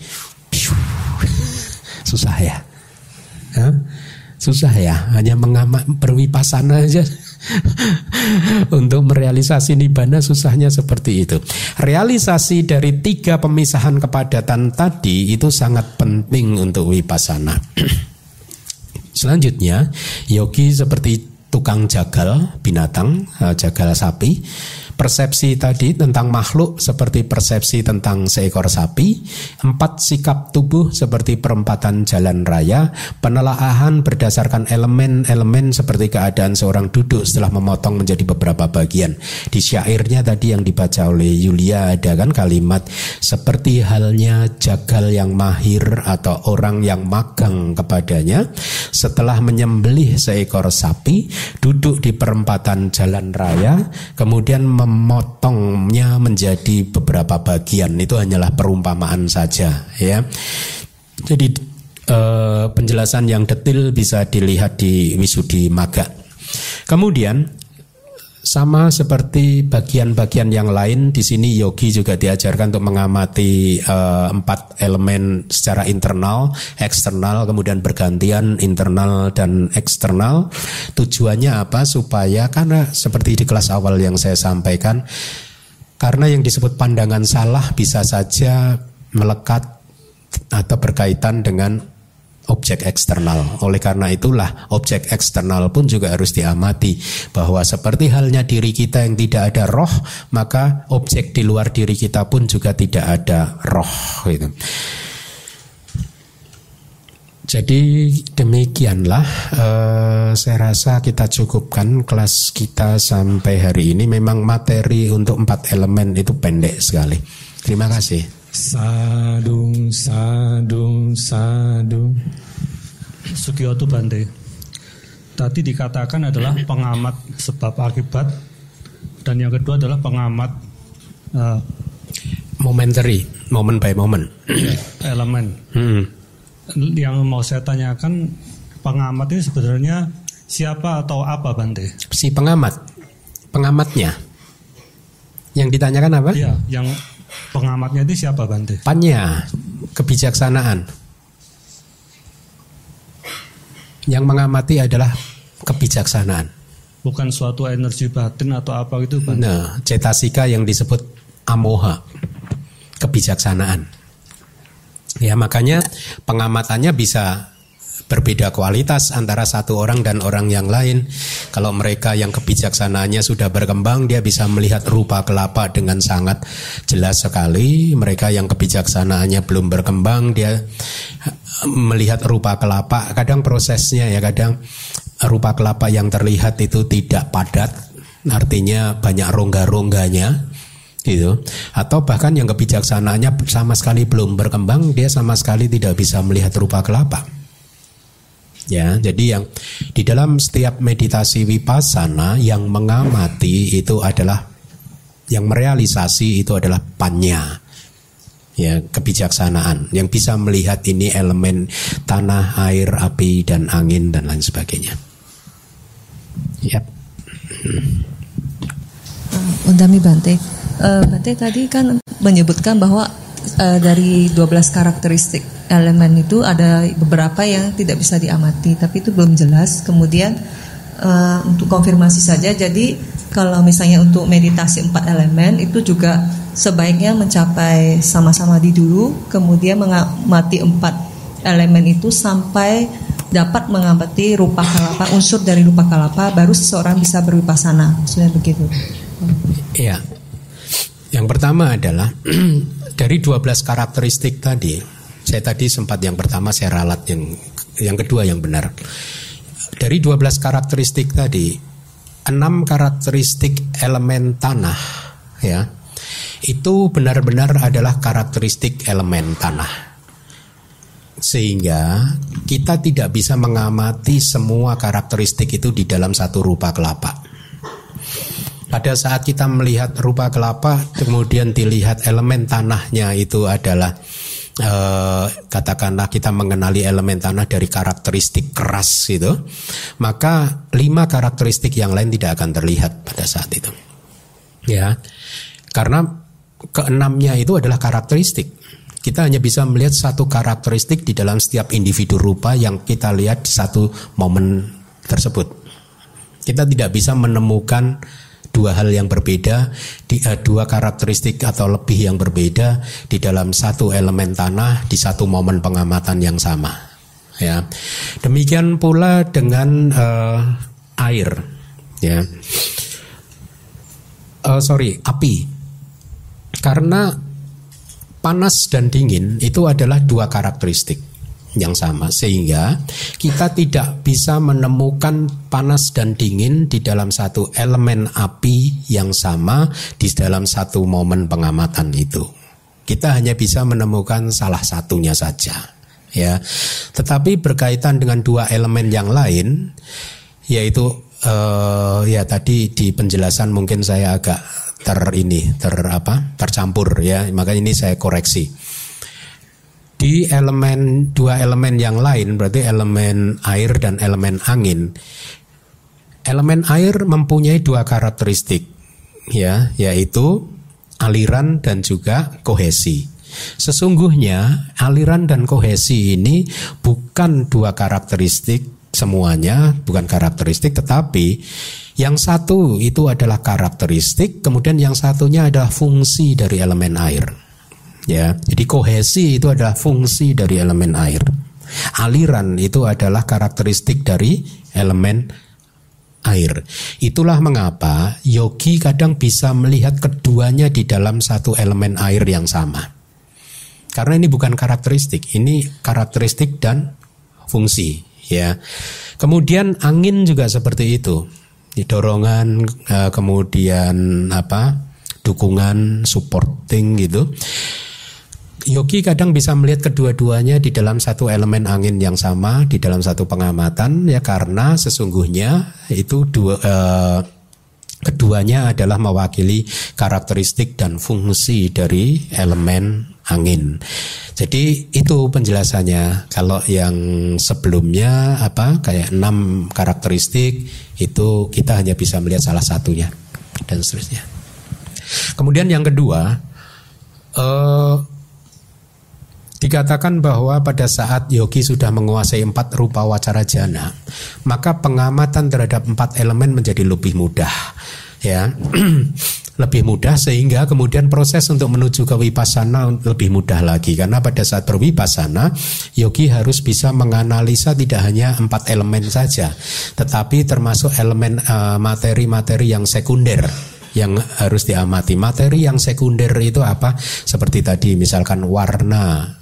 Susah ya, Hah? susah ya, hanya mengamat bervipassana aja untuk merealisasi nibbana, susahnya seperti itu. Realisasi dari tiga pemisahan kepadatan tadi itu sangat penting untuk vipassana. Selanjutnya, yogi seperti tukang jagal binatang, jagal sapi. Persepsi tadi tentang makhluk seperti persepsi tentang seekor sapi. Empat sikap tubuh seperti perempatan jalan raya. Penelaahan berdasarkan elemen-elemen seperti keadaan seorang duduk setelah memotong menjadi beberapa bagian. Di syairnya tadi yang dibaca oleh Yulia ada kan kalimat seperti halnya jagal yang mahir atau orang yang magang kepadanya, setelah menyembelih seekor sapi, duduk di perempatan jalan raya, kemudian mem memotongnya menjadi beberapa bagian. Itu hanyalah perumpamaan saja, ya. Jadi eh, penjelasan yang detail bisa dilihat di Visuddhimagga. Kemudian sama seperti bagian-bagian yang lain, di sini yogi juga diajarkan untuk mengamati uh, empat elemen secara internal, eksternal, kemudian bergantian internal dan eksternal. Tujuannya apa? Supaya, karena seperti di kelas awal yang saya sampaikan, karena yang disebut pandangan salah bisa saja melekat atau berkaitan dengan objek eksternal. Oleh karena itulah objek eksternal pun juga harus diamati, bahwa seperti halnya diri kita yang tidak ada roh, maka objek di luar diri kita pun juga tidak ada roh gitu. Jadi demikianlah, eh, saya rasa kita cukupkan kelas kita sampai hari ini. Memang materi untuk empat elemen itu pendek sekali. Terima kasih.
Sadung, sadung, sadung. Sugiyoto Bante, tadi dikatakan adalah pengamat sebab akibat, dan yang kedua adalah pengamat uh,
momentary, moment by moment,
elemen. Hmm. Yang mau saya tanyakan, pengamat ini sebenarnya siapa atau apa, Bante?
Si pengamat, pengamatnya. Yang ditanyakan apa?
Iya, yang pengamatnya itu siapa, Bante?
Panya, kebijaksanaan. Yang mengamati adalah kebijaksanaan.
Bukan suatu energi batin atau apa gitu, Bante?
Nah, cetasika yang disebut amoha, kebijaksanaan. Ya, makanya pengamatannya bisa berbeda kualitas antara satu orang dan orang yang lain. Kalau mereka yang kebijaksanaannya sudah berkembang, dia bisa melihat rupa kelapa dengan sangat jelas sekali. Mereka yang kebijaksanaannya belum berkembang, dia melihat rupa kelapa. Kadang prosesnya ya, kadang rupa kelapa yang terlihat itu tidak padat, artinya banyak rongga-rongganya gitu. Atau bahkan yang kebijaksanaannya sama sekali belum berkembang, dia sama sekali tidak bisa melihat rupa kelapa. Ya, jadi yang di dalam setiap meditasi vipassana yang mengamati itu adalah, yang merealisasi itu adalah panya, ya, kebijaksanaan yang bisa melihat ini elemen tanah, air, api, dan angin dan lain sebagainya. Yap.
Undami Bante, uh, Bante tadi kan menyebutkan bahwa uh, dari dua belas karakteristik elemen itu ada beberapa yang tidak bisa diamati, tapi itu belum jelas. Kemudian uh, untuk konfirmasi saja, jadi kalau misalnya untuk meditasi empat elemen itu juga sebaiknya mencapai sama-sama di dulu, kemudian mengamati empat elemen itu sampai dapat mengamati rupa kalapa, unsur dari rupa kalapa, baru seseorang bisa bervipassana. Maksudnya begitu.
Iya. Yang pertama adalah dari dua belas karakteristik tadi. Saya tadi sempat yang pertama saya ralat, yang yang kedua yang benar. Dari dua belas karakteristik tadi, enam karakteristik elemen tanah, ya, itu benar-benar adalah karakteristik elemen tanah. Sehingga kita tidak bisa mengamati semua karakteristik itu di dalam satu rupa kelapa. Pada saat kita melihat rupa kelapa, kemudian dilihat elemen tanahnya itu adalah, Eh, katakanlah kita mengenali elemen tanah dari karakteristik keras gitu, maka lima karakteristik yang lain tidak akan terlihat pada saat itu, ya, karena keenamnya itu adalah karakteristik. Kita hanya bisa melihat satu karakteristik di dalam setiap individu rupa yang kita lihat di satu momen tersebut. Kita tidak bisa menemukan dua hal yang berbeda, di, uh, dua karakteristik atau lebih yang berbeda di dalam satu elemen tanah di satu momen pengamatan yang sama. Ya, demikian pula dengan uh, air. Ya, uh, sorry, api. Karena panas dan dingin itu adalah dua karakteristik yang sama, sehingga kita tidak bisa menemukan panas dan dingin di dalam satu elemen api yang sama di dalam satu momen pengamatan itu. Kita hanya bisa menemukan salah satunya saja, ya. Tetapi berkaitan dengan dua elemen yang lain, yaitu uh, ya tadi di penjelasan mungkin saya agak ter ini ter apa tercampur, ya, maka ini saya koreksi. Di elemen, dua elemen yang lain, berarti elemen air dan elemen angin, Elemen air mempunyai dua karakteristik, ya, yaitu aliran dan juga kohesi. Sesungguhnya aliran dan kohesi ini bukan dua karakteristik semuanya, bukan karakteristik, tetapi yang satu itu adalah karakteristik, kemudian yang satunya adalah fungsi dari elemen air. Ya, jadi kohesi itu adalah fungsi dari elemen air. Aliran itu adalah karakteristik dari elemen air. Itulah mengapa yogi kadang bisa melihat keduanya di dalam satu elemen air yang sama. Karena ini bukan karakteristik, ini karakteristik dan fungsi, ya. Kemudian angin juga seperti itu. Dorongan, kemudian apa? dukungan, supporting gitu. Yogi kadang bisa melihat kedua-duanya di dalam satu elemen angin yang sama, di dalam satu pengamatan, ya, karena sesungguhnya itu dua eh, keduanya adalah mewakili karakteristik dan fungsi dari elemen angin. Jadi itu penjelasannya. Kalau yang sebelumnya apa kayak enam karakteristik itu kita hanya bisa melihat salah satunya dan seterusnya. Kemudian yang kedua, eh, dikatakan bahwa pada saat yogi sudah menguasai empat rupa wacara jana, maka pengamatan terhadap empat elemen menjadi lebih mudah, ya, lebih mudah, sehingga kemudian proses untuk menuju ke vipassana lebih mudah lagi. Karena pada saat bervipassana, yogi harus bisa menganalisa tidak hanya empat elemen saja, tetapi termasuk elemen uh, materi-materi yang sekunder yang harus diamati. Materi yang sekunder itu apa? Seperti tadi misalkan warna,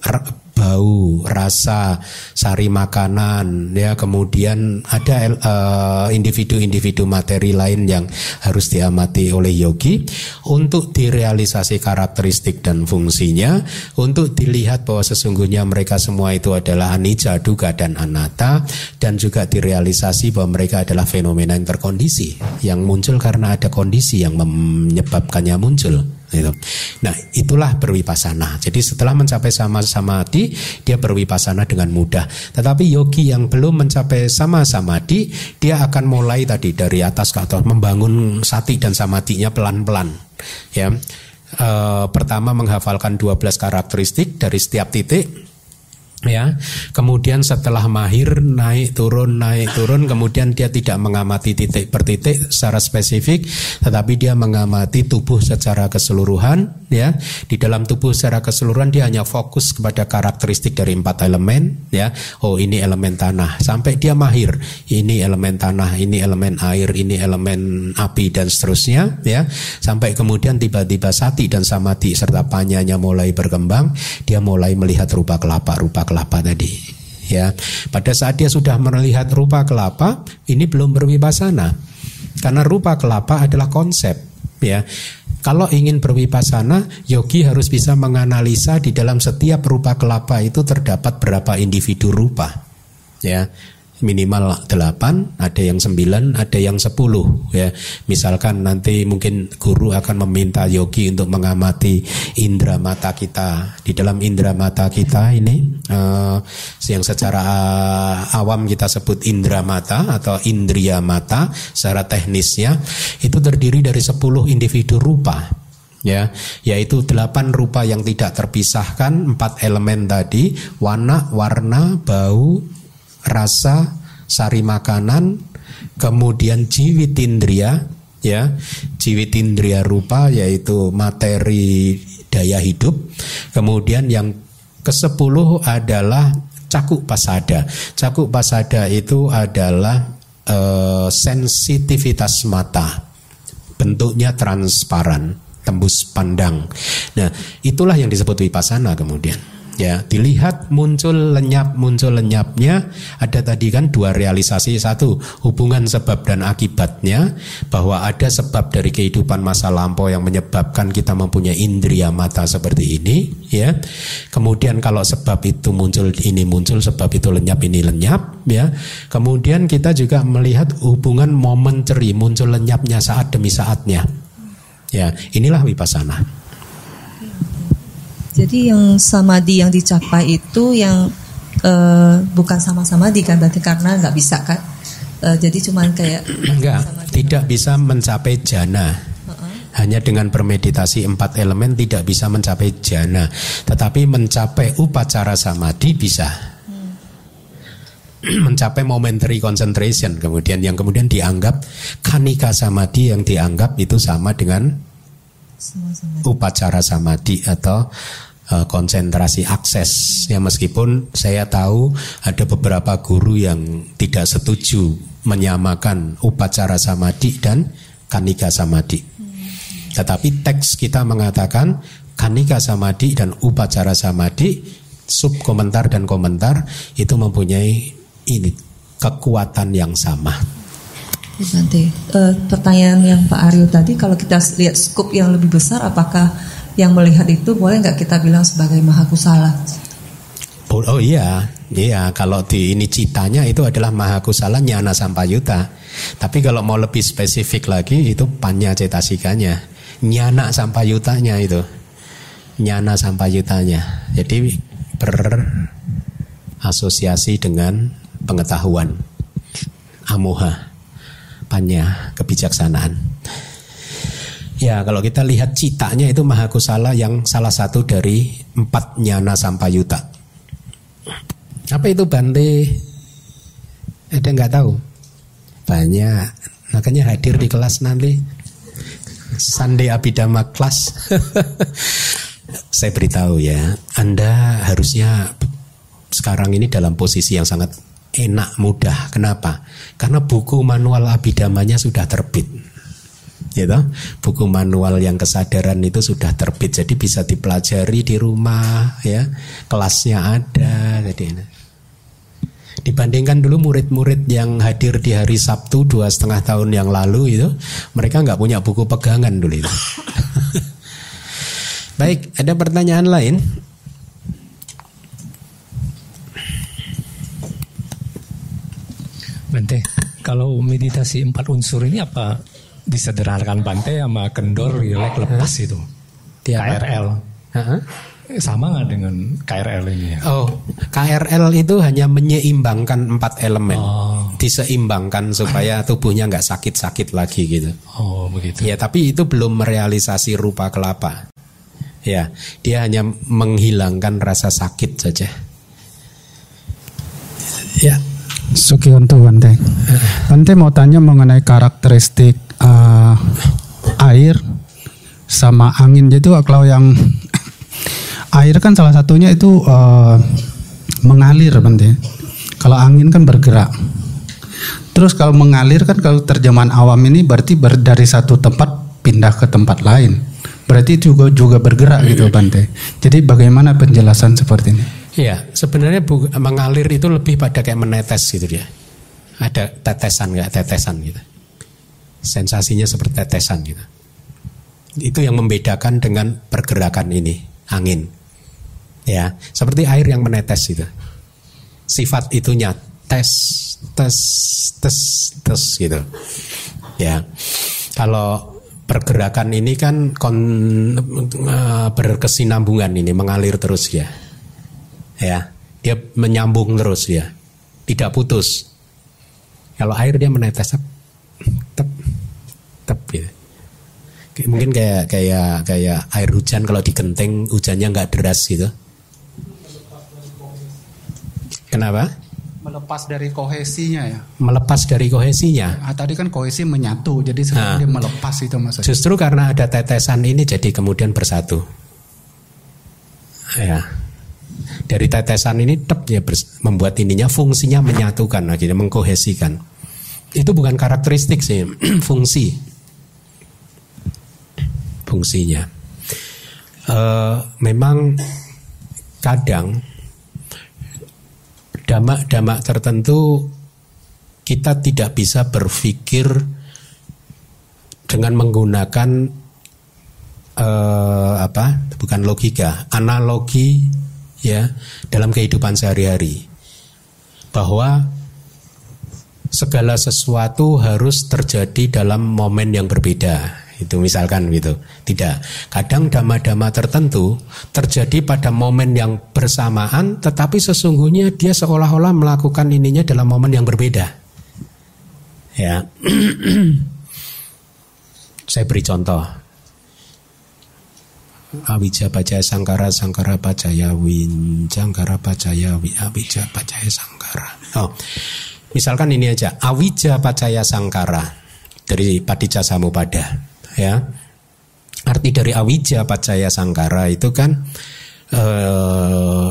bau, rasa, sari makanan, ya, kemudian ada uh, individu-individu materi lain yang harus diamati oleh yogi untuk direalisasi karakteristik dan fungsinya, untuk dilihat bahwa sesungguhnya mereka semua itu adalah anicca, dukkha, dan anatta, dan juga direalisasi bahwa mereka adalah fenomena yang terkondisi yang muncul karena ada kondisi yang menyebabkannya muncul. Nah, itulah bervipassana. Jadi setelah mencapai sama samadhi, dia bervipassana dengan mudah. Tetapi yogi yang belum mencapai sama samadhi, dia akan mulai tadi dari atas ke atas, membangun sati dan samadhinya pelan-pelan. Ya, e, pertama menghafalkan dua belas karakteristik dari setiap titik. Ya, kemudian setelah mahir naik turun naik turun, kemudian dia tidak mengamati titik per titik secara spesifik, tetapi dia mengamati tubuh secara keseluruhan. Ya, di dalam tubuh secara keseluruhan dia hanya fokus kepada karakteristik dari empat elemen. Ya, oh ini elemen tanah, sampai dia mahir. Ini elemen tanah, ini elemen air, ini elemen api, dan seterusnya. Ya, sampai kemudian tiba-tiba sati dan samadhi serta panyanya mulai berkembang. Dia mulai melihat rupa kelapa, rupa kelapa. kelapa tadi, ya. Pada saat dia sudah melihat rupa kelapa, ini belum bervipassana, karena rupa kelapa adalah konsep, ya. Kalau ingin bervipassana, yogi harus bisa menganalisa di dalam setiap rupa kelapa itu terdapat berapa individu rupa, ya. Minimal delapan, ada yang sembilan, ada yang sepuluh, ya. Misalkan nanti mungkin guru akan meminta yogi untuk mengamati indera mata kita. Di dalam indera mata kita ini uh, yang secara uh, awam kita sebut indera mata atau indriya mata, secara teknisnya itu terdiri dari sepuluh individu rupa, ya, yaitu delapan rupa yang tidak terpisahkan, empat elemen tadi, warna, warna, bau, rasa, sari makanan, kemudian jiwitindriya, ya, jiwitindriya rupa yaitu materi daya hidup, kemudian yang kesepuluh adalah cakuk pasada. Cakuk pasada itu adalah e, sensitivitas mata, bentuknya transparan, tembus pandang. Nah, itulah yang disebut vipassana kemudian. Ya, dilihat muncul lenyap muncul lenyapnya. Ada tadi kan dua realisasi, satu hubungan sebab dan akibatnya, bahwa ada sebab dari kehidupan masa lampau yang menyebabkan kita mempunyai indria mata seperti ini, ya. Kemudian kalau sebab itu muncul ini muncul, sebab itu lenyap ini lenyap, ya. Kemudian kita juga melihat hubungan momentary, muncul lenyapnya saat demi saatnya. Ya, inilah vipassana.
Jadi yang samadhi yang dicapai itu yang uh, bukan sama samadhi kan, berarti karena nggak bisa kan, uh, jadi cuman kayak
enggak, tidak bisa mencapai jana. Uh-uh. Hanya dengan bermeditasi empat elemen tidak bisa mencapai jana, tetapi mencapai upacara samadhi bisa. Hmm. Mencapai momentary concentration, kemudian yang kemudian dianggap kanika samadhi, yang dianggap itu sama dengan upacara samadhi atau uh, konsentrasi akses. Ya, meskipun saya tahu ada beberapa guru yang tidak setuju menyamakan upacara samadhi dan kanika samadhi. Tetapi teks kita mengatakan kanika samadhi dan upacara samadhi, sub komentar dan komentar itu mempunyai ini kekuatan yang sama.
Nanti uh, pertanyaan yang Pak Aryo tadi, kalau kita lihat skup yang lebih besar, apakah yang melihat itu boleh nggak kita bilang sebagai mahakusala?
Oh, oh iya, iya. Kalau di ini citanya itu adalah mahakusala nyana sampayuta. Tapi kalau mau lebih spesifik lagi itu panya cetasikanya, nyana sampayutanya itu, nyana sampayutanya. Jadi berasosiasi dengan pengetahuan, amoha, panya, kebijaksanaan. Ya, kalau kita lihat citanya itu mahakusala yang salah satu dari empat nyana sampayuta. Apa itu Bante? Ada nggak tahu? Banyak, makanya hadir di kelas nanti Sunday Abhidhamma kelas. Saya beritahu ya, Anda harusnya sekarang ini dalam posisi yang sangat enak, mudah. Kenapa? Karena buku manual Abhidhamanya sudah terbit, gitu. Buku manual yang kesadaran itu sudah terbit, jadi bisa dipelajari di rumah, ya. Kelasnya ada, jadi. Dibandingkan dulu murid-murid yang hadir di hari Sabtu dua setengah tahun yang lalu itu, mereka nggak punya buku pegangan dulu itu. Baik, ada pertanyaan lain?
Bante, kalau meditasi empat unsur ini apa disederhanakan Bante sama kendor, rileks, lepas itu? K R L.
Uh-huh.
Sama nggak dengan K R L ini? Ya?
Oh, K R L itu hanya menyeimbangkan empat elemen,
oh.
diseimbangkan supaya tubuhnya nggak sakit-sakit lagi gitu.
Oh, begitu.
Ya, tapi itu belum merealisasi rupa kelapa. Ya, dia hanya menghilangkan rasa sakit saja. Ya.
Sukionto Bante. Bante mau tanya mengenai karakteristik uh, air sama angin. Jadi kalau yang air kan salah satunya itu uh, mengalir Bante. Kalau angin kan bergerak. Terus kalau mengalir kan kalau terjemahan awam ini berarti ber, dari satu tempat pindah ke tempat lain. Berarti juga juga bergerak gitu Bante. Jadi bagaimana penjelasan seperti ini?
Iya, sebenarnya bu, mengalir itu lebih pada kayak menetes gitu dia. Ada tetesan nggak tetesan gitu. Sensasinya seperti tetesan gitu. Itu yang membedakan dengan pergerakan ini, angin. Ya, seperti air yang menetes itu. Sifat itunya tes, tes, tes, tes gitu. Ya, kalau pergerakan ini kan kon, uh, berkesinambungan ini, mengalir terus ya. Ya, dia menyambung terus ya, tidak putus. Kalau air dia menetes, tep, tep gitu. Mungkin kayak kayak kayak air hujan kalau digenting hujannya nggak deras gitu. Kenapa?
Melepas dari kohesinya ya.
Melepas dari kohesinya.
Ah, tadi kan kohesi menyatu, jadi sekarang nah, dia melepas itu maksudnya.
Justru karena ada tetesan ini jadi kemudian bersatu. Ya. Dari tetesan ini tep ya membuat ininya fungsinya menyatukan, akhirnya mengkohesikan. Itu bukan karakteristik sih, fungsi. Fungsinya. E, memang kadang damak-damak tertentu kita tidak bisa berpikir dengan menggunakan e, apa? Bukan logika, analogi. Ya, dalam kehidupan sehari-hari, bahwa segala sesuatu harus terjadi dalam momen yang berbeda. Itu misalkan gitu. Tidak. Kadang dhamma-dhamma tertentu terjadi pada momen yang bersamaan, tetapi sesungguhnya dia seolah-olah melakukan ininya dalam momen yang berbeda. Ya. Saya beri contoh. Awija pacaya sangkara, sangkara pacaya winjangkara pacaya wi, awija pacaya sangkara. Oh, misalkan ini aja, awija pacaya sangkara dari Paticca Samuppada. Ya, arti dari awija pacaya sangkara itu kan eh,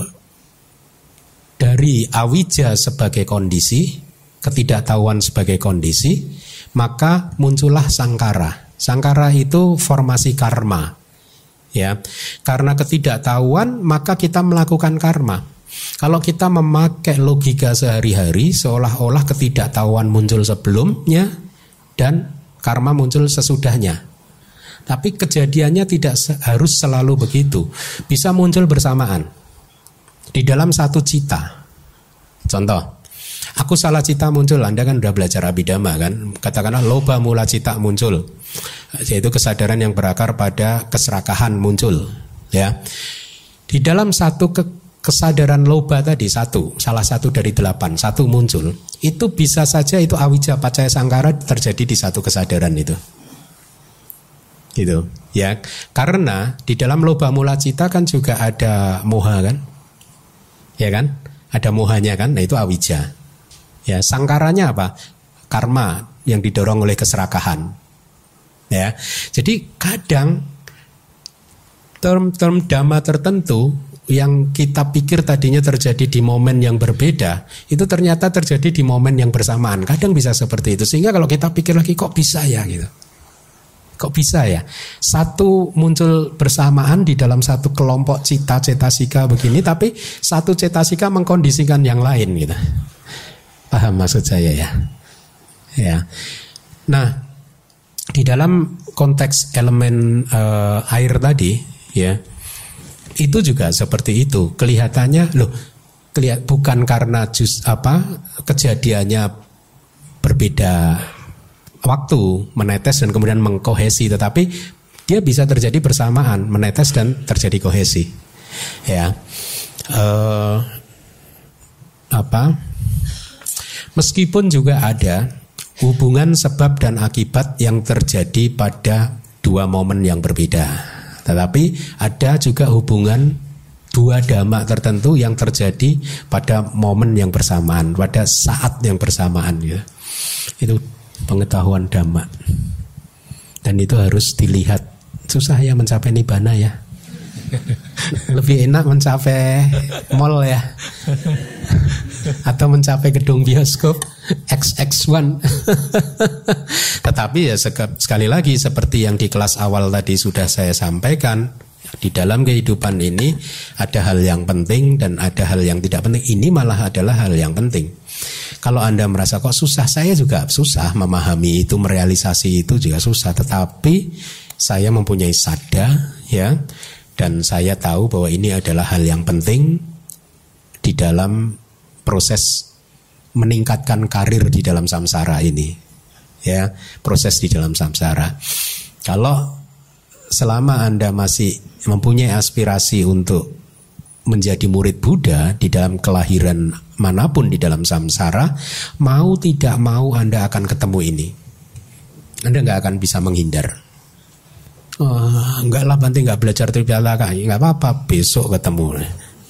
dari awija sebagai kondisi, ketidaktahuan sebagai kondisi, maka muncullah sangkara. Sangkara itu formasi karma. Ya, karena ketidaktahuan maka kita melakukan karma. Kalau kita memakai logika sehari-hari seolah-olah ketidaktahuan muncul sebelumnya dan karma muncul sesudahnya. Tapi kejadiannya tidak harus selalu begitu. Bisa muncul bersamaan di dalam satu cita. Contoh, aku salah cita muncul. Anda kan udah belajar Abhidhamma kan. Katakanlah loba mula cita muncul, yaitu kesadaran yang berakar pada keserakahan muncul. Ya, di dalam satu ke kesadaran loba tadi satu, salah satu dari delapan, satu muncul. Itu bisa saja itu awija pacaya sangkara terjadi di satu kesadaran itu. Gitu. Ya, karena di dalam loba mula cita kan juga ada moha kan, ya kan? Ada mohanya kan, nah itu awija. Ya, sangkaranya apa? Karma yang didorong oleh keserakahan. Ya, jadi kadang term-term dhamma tertentu yang kita pikir tadinya terjadi di momen yang berbeda, itu ternyata terjadi di momen yang bersamaan. Kadang bisa seperti itu. Sehingga kalau kita pikir lagi kok bisa ya gitu. Kok bisa ya? Satu muncul bersamaan di dalam satu kelompok cita cetasika begini, tapi satu cetasika mengkondisikan yang lain gitu. Paham maksud saya ya? Ya. Nah, di dalam konteks elemen uh, air tadi, ya, itu juga seperti itu. Kelihatannya, loh, kelihat bukan karena jus apa kejadiannya berbeda waktu menetes dan kemudian mengkohesi, tetapi dia bisa terjadi bersamaan menetes dan terjadi kohesi. Ya, uh, apa? Meskipun juga ada hubungan sebab dan akibat yang terjadi pada dua momen yang berbeda, tetapi ada juga hubungan dua dhamma tertentu yang terjadi pada momen yang bersamaan, pada saat yang bersamaan. Ya. Itu pengetahuan dhamma. Dan itu harus dilihat. Susah ya mencapai nibbana ya. Lebih enak mencapai mall ya. Atau mencapai gedung bioskop X X satu. Tetapi ya sekali lagi seperti yang di kelas awal tadi sudah saya sampaikan, di dalam kehidupan ini ada hal yang penting dan ada hal yang tidak penting. Ini malah adalah hal yang penting. Kalau Anda merasa kok susah, saya juga susah memahami itu, merealisasi itu juga susah. Tetapi saya mempunyai sadda, ya, dan saya tahu bahwa ini adalah hal yang penting di dalam proses meningkatkan karir di dalam samsara ini, ya, proses di dalam samsara. Kalau selama Anda masih mempunyai aspirasi untuk menjadi murid Buddha di dalam kelahiran manapun di dalam samsara, mau tidak mau Anda akan ketemu ini. Anda nggak akan bisa menghindar. Oh, enggak lah, Bante nggak belajar Tripitaka, nggak apa-apa, besok ketemu.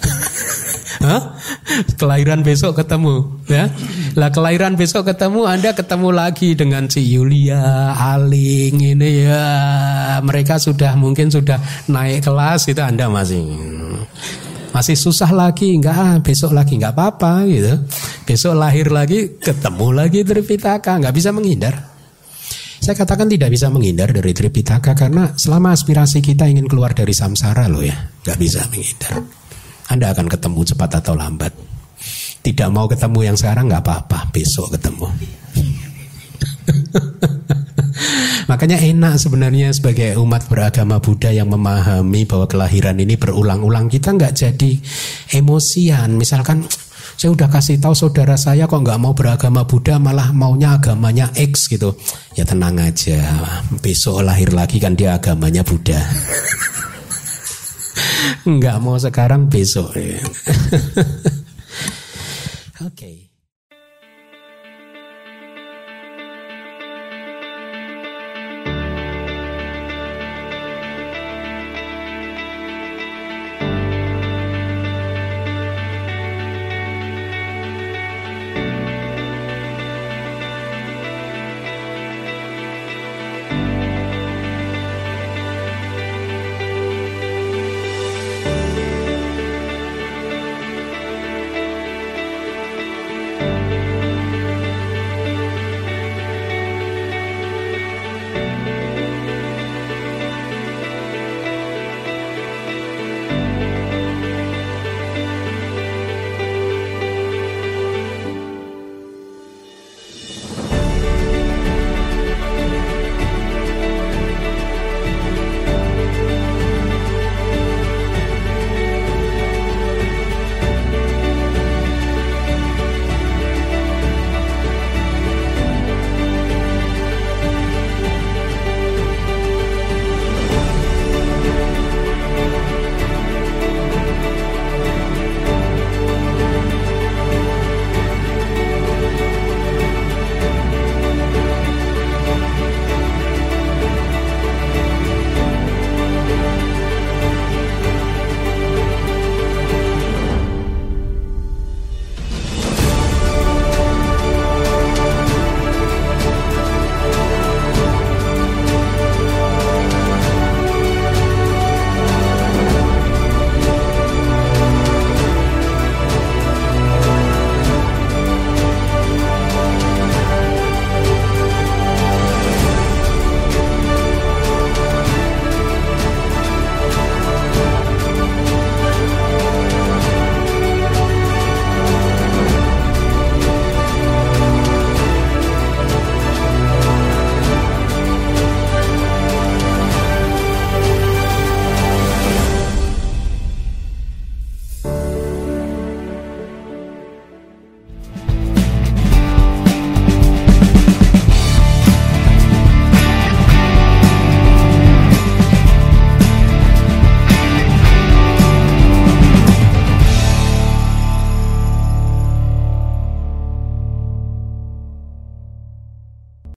Hah? Kelahiran besok ketemu, ya? Lah kelahiran besok ketemu, Anda ketemu lagi dengan Ci Yulia, Aling ini ya, mereka sudah mungkin sudah naik kelas, itu Anda masih masih susah lagi, enggak ah, besok lagi enggak apa-apa gitu. Besok lahir lagi, ketemu lagi Tripitaka, enggak bisa menghindar. Saya katakan tidak bisa menghindar dari Tripitaka karena selama aspirasi kita ingin keluar dari samsara loh ya, enggak bisa menghindar. Anda akan ketemu cepat atau lambat. Tidak mau ketemu yang sekarang enggak apa-apa, besok ketemu. Makanya enak sebenarnya sebagai umat beragama Buddha yang memahami bahwa kelahiran ini berulang-ulang. Kita nggak jadi emosian. Misalkan saya udah kasih tahu saudara saya kok nggak mau beragama Buddha, malah maunya agamanya X gitu. Ya tenang aja, besok lahir lagi kan dia agamanya Buddha. Nggak mau sekarang, besok.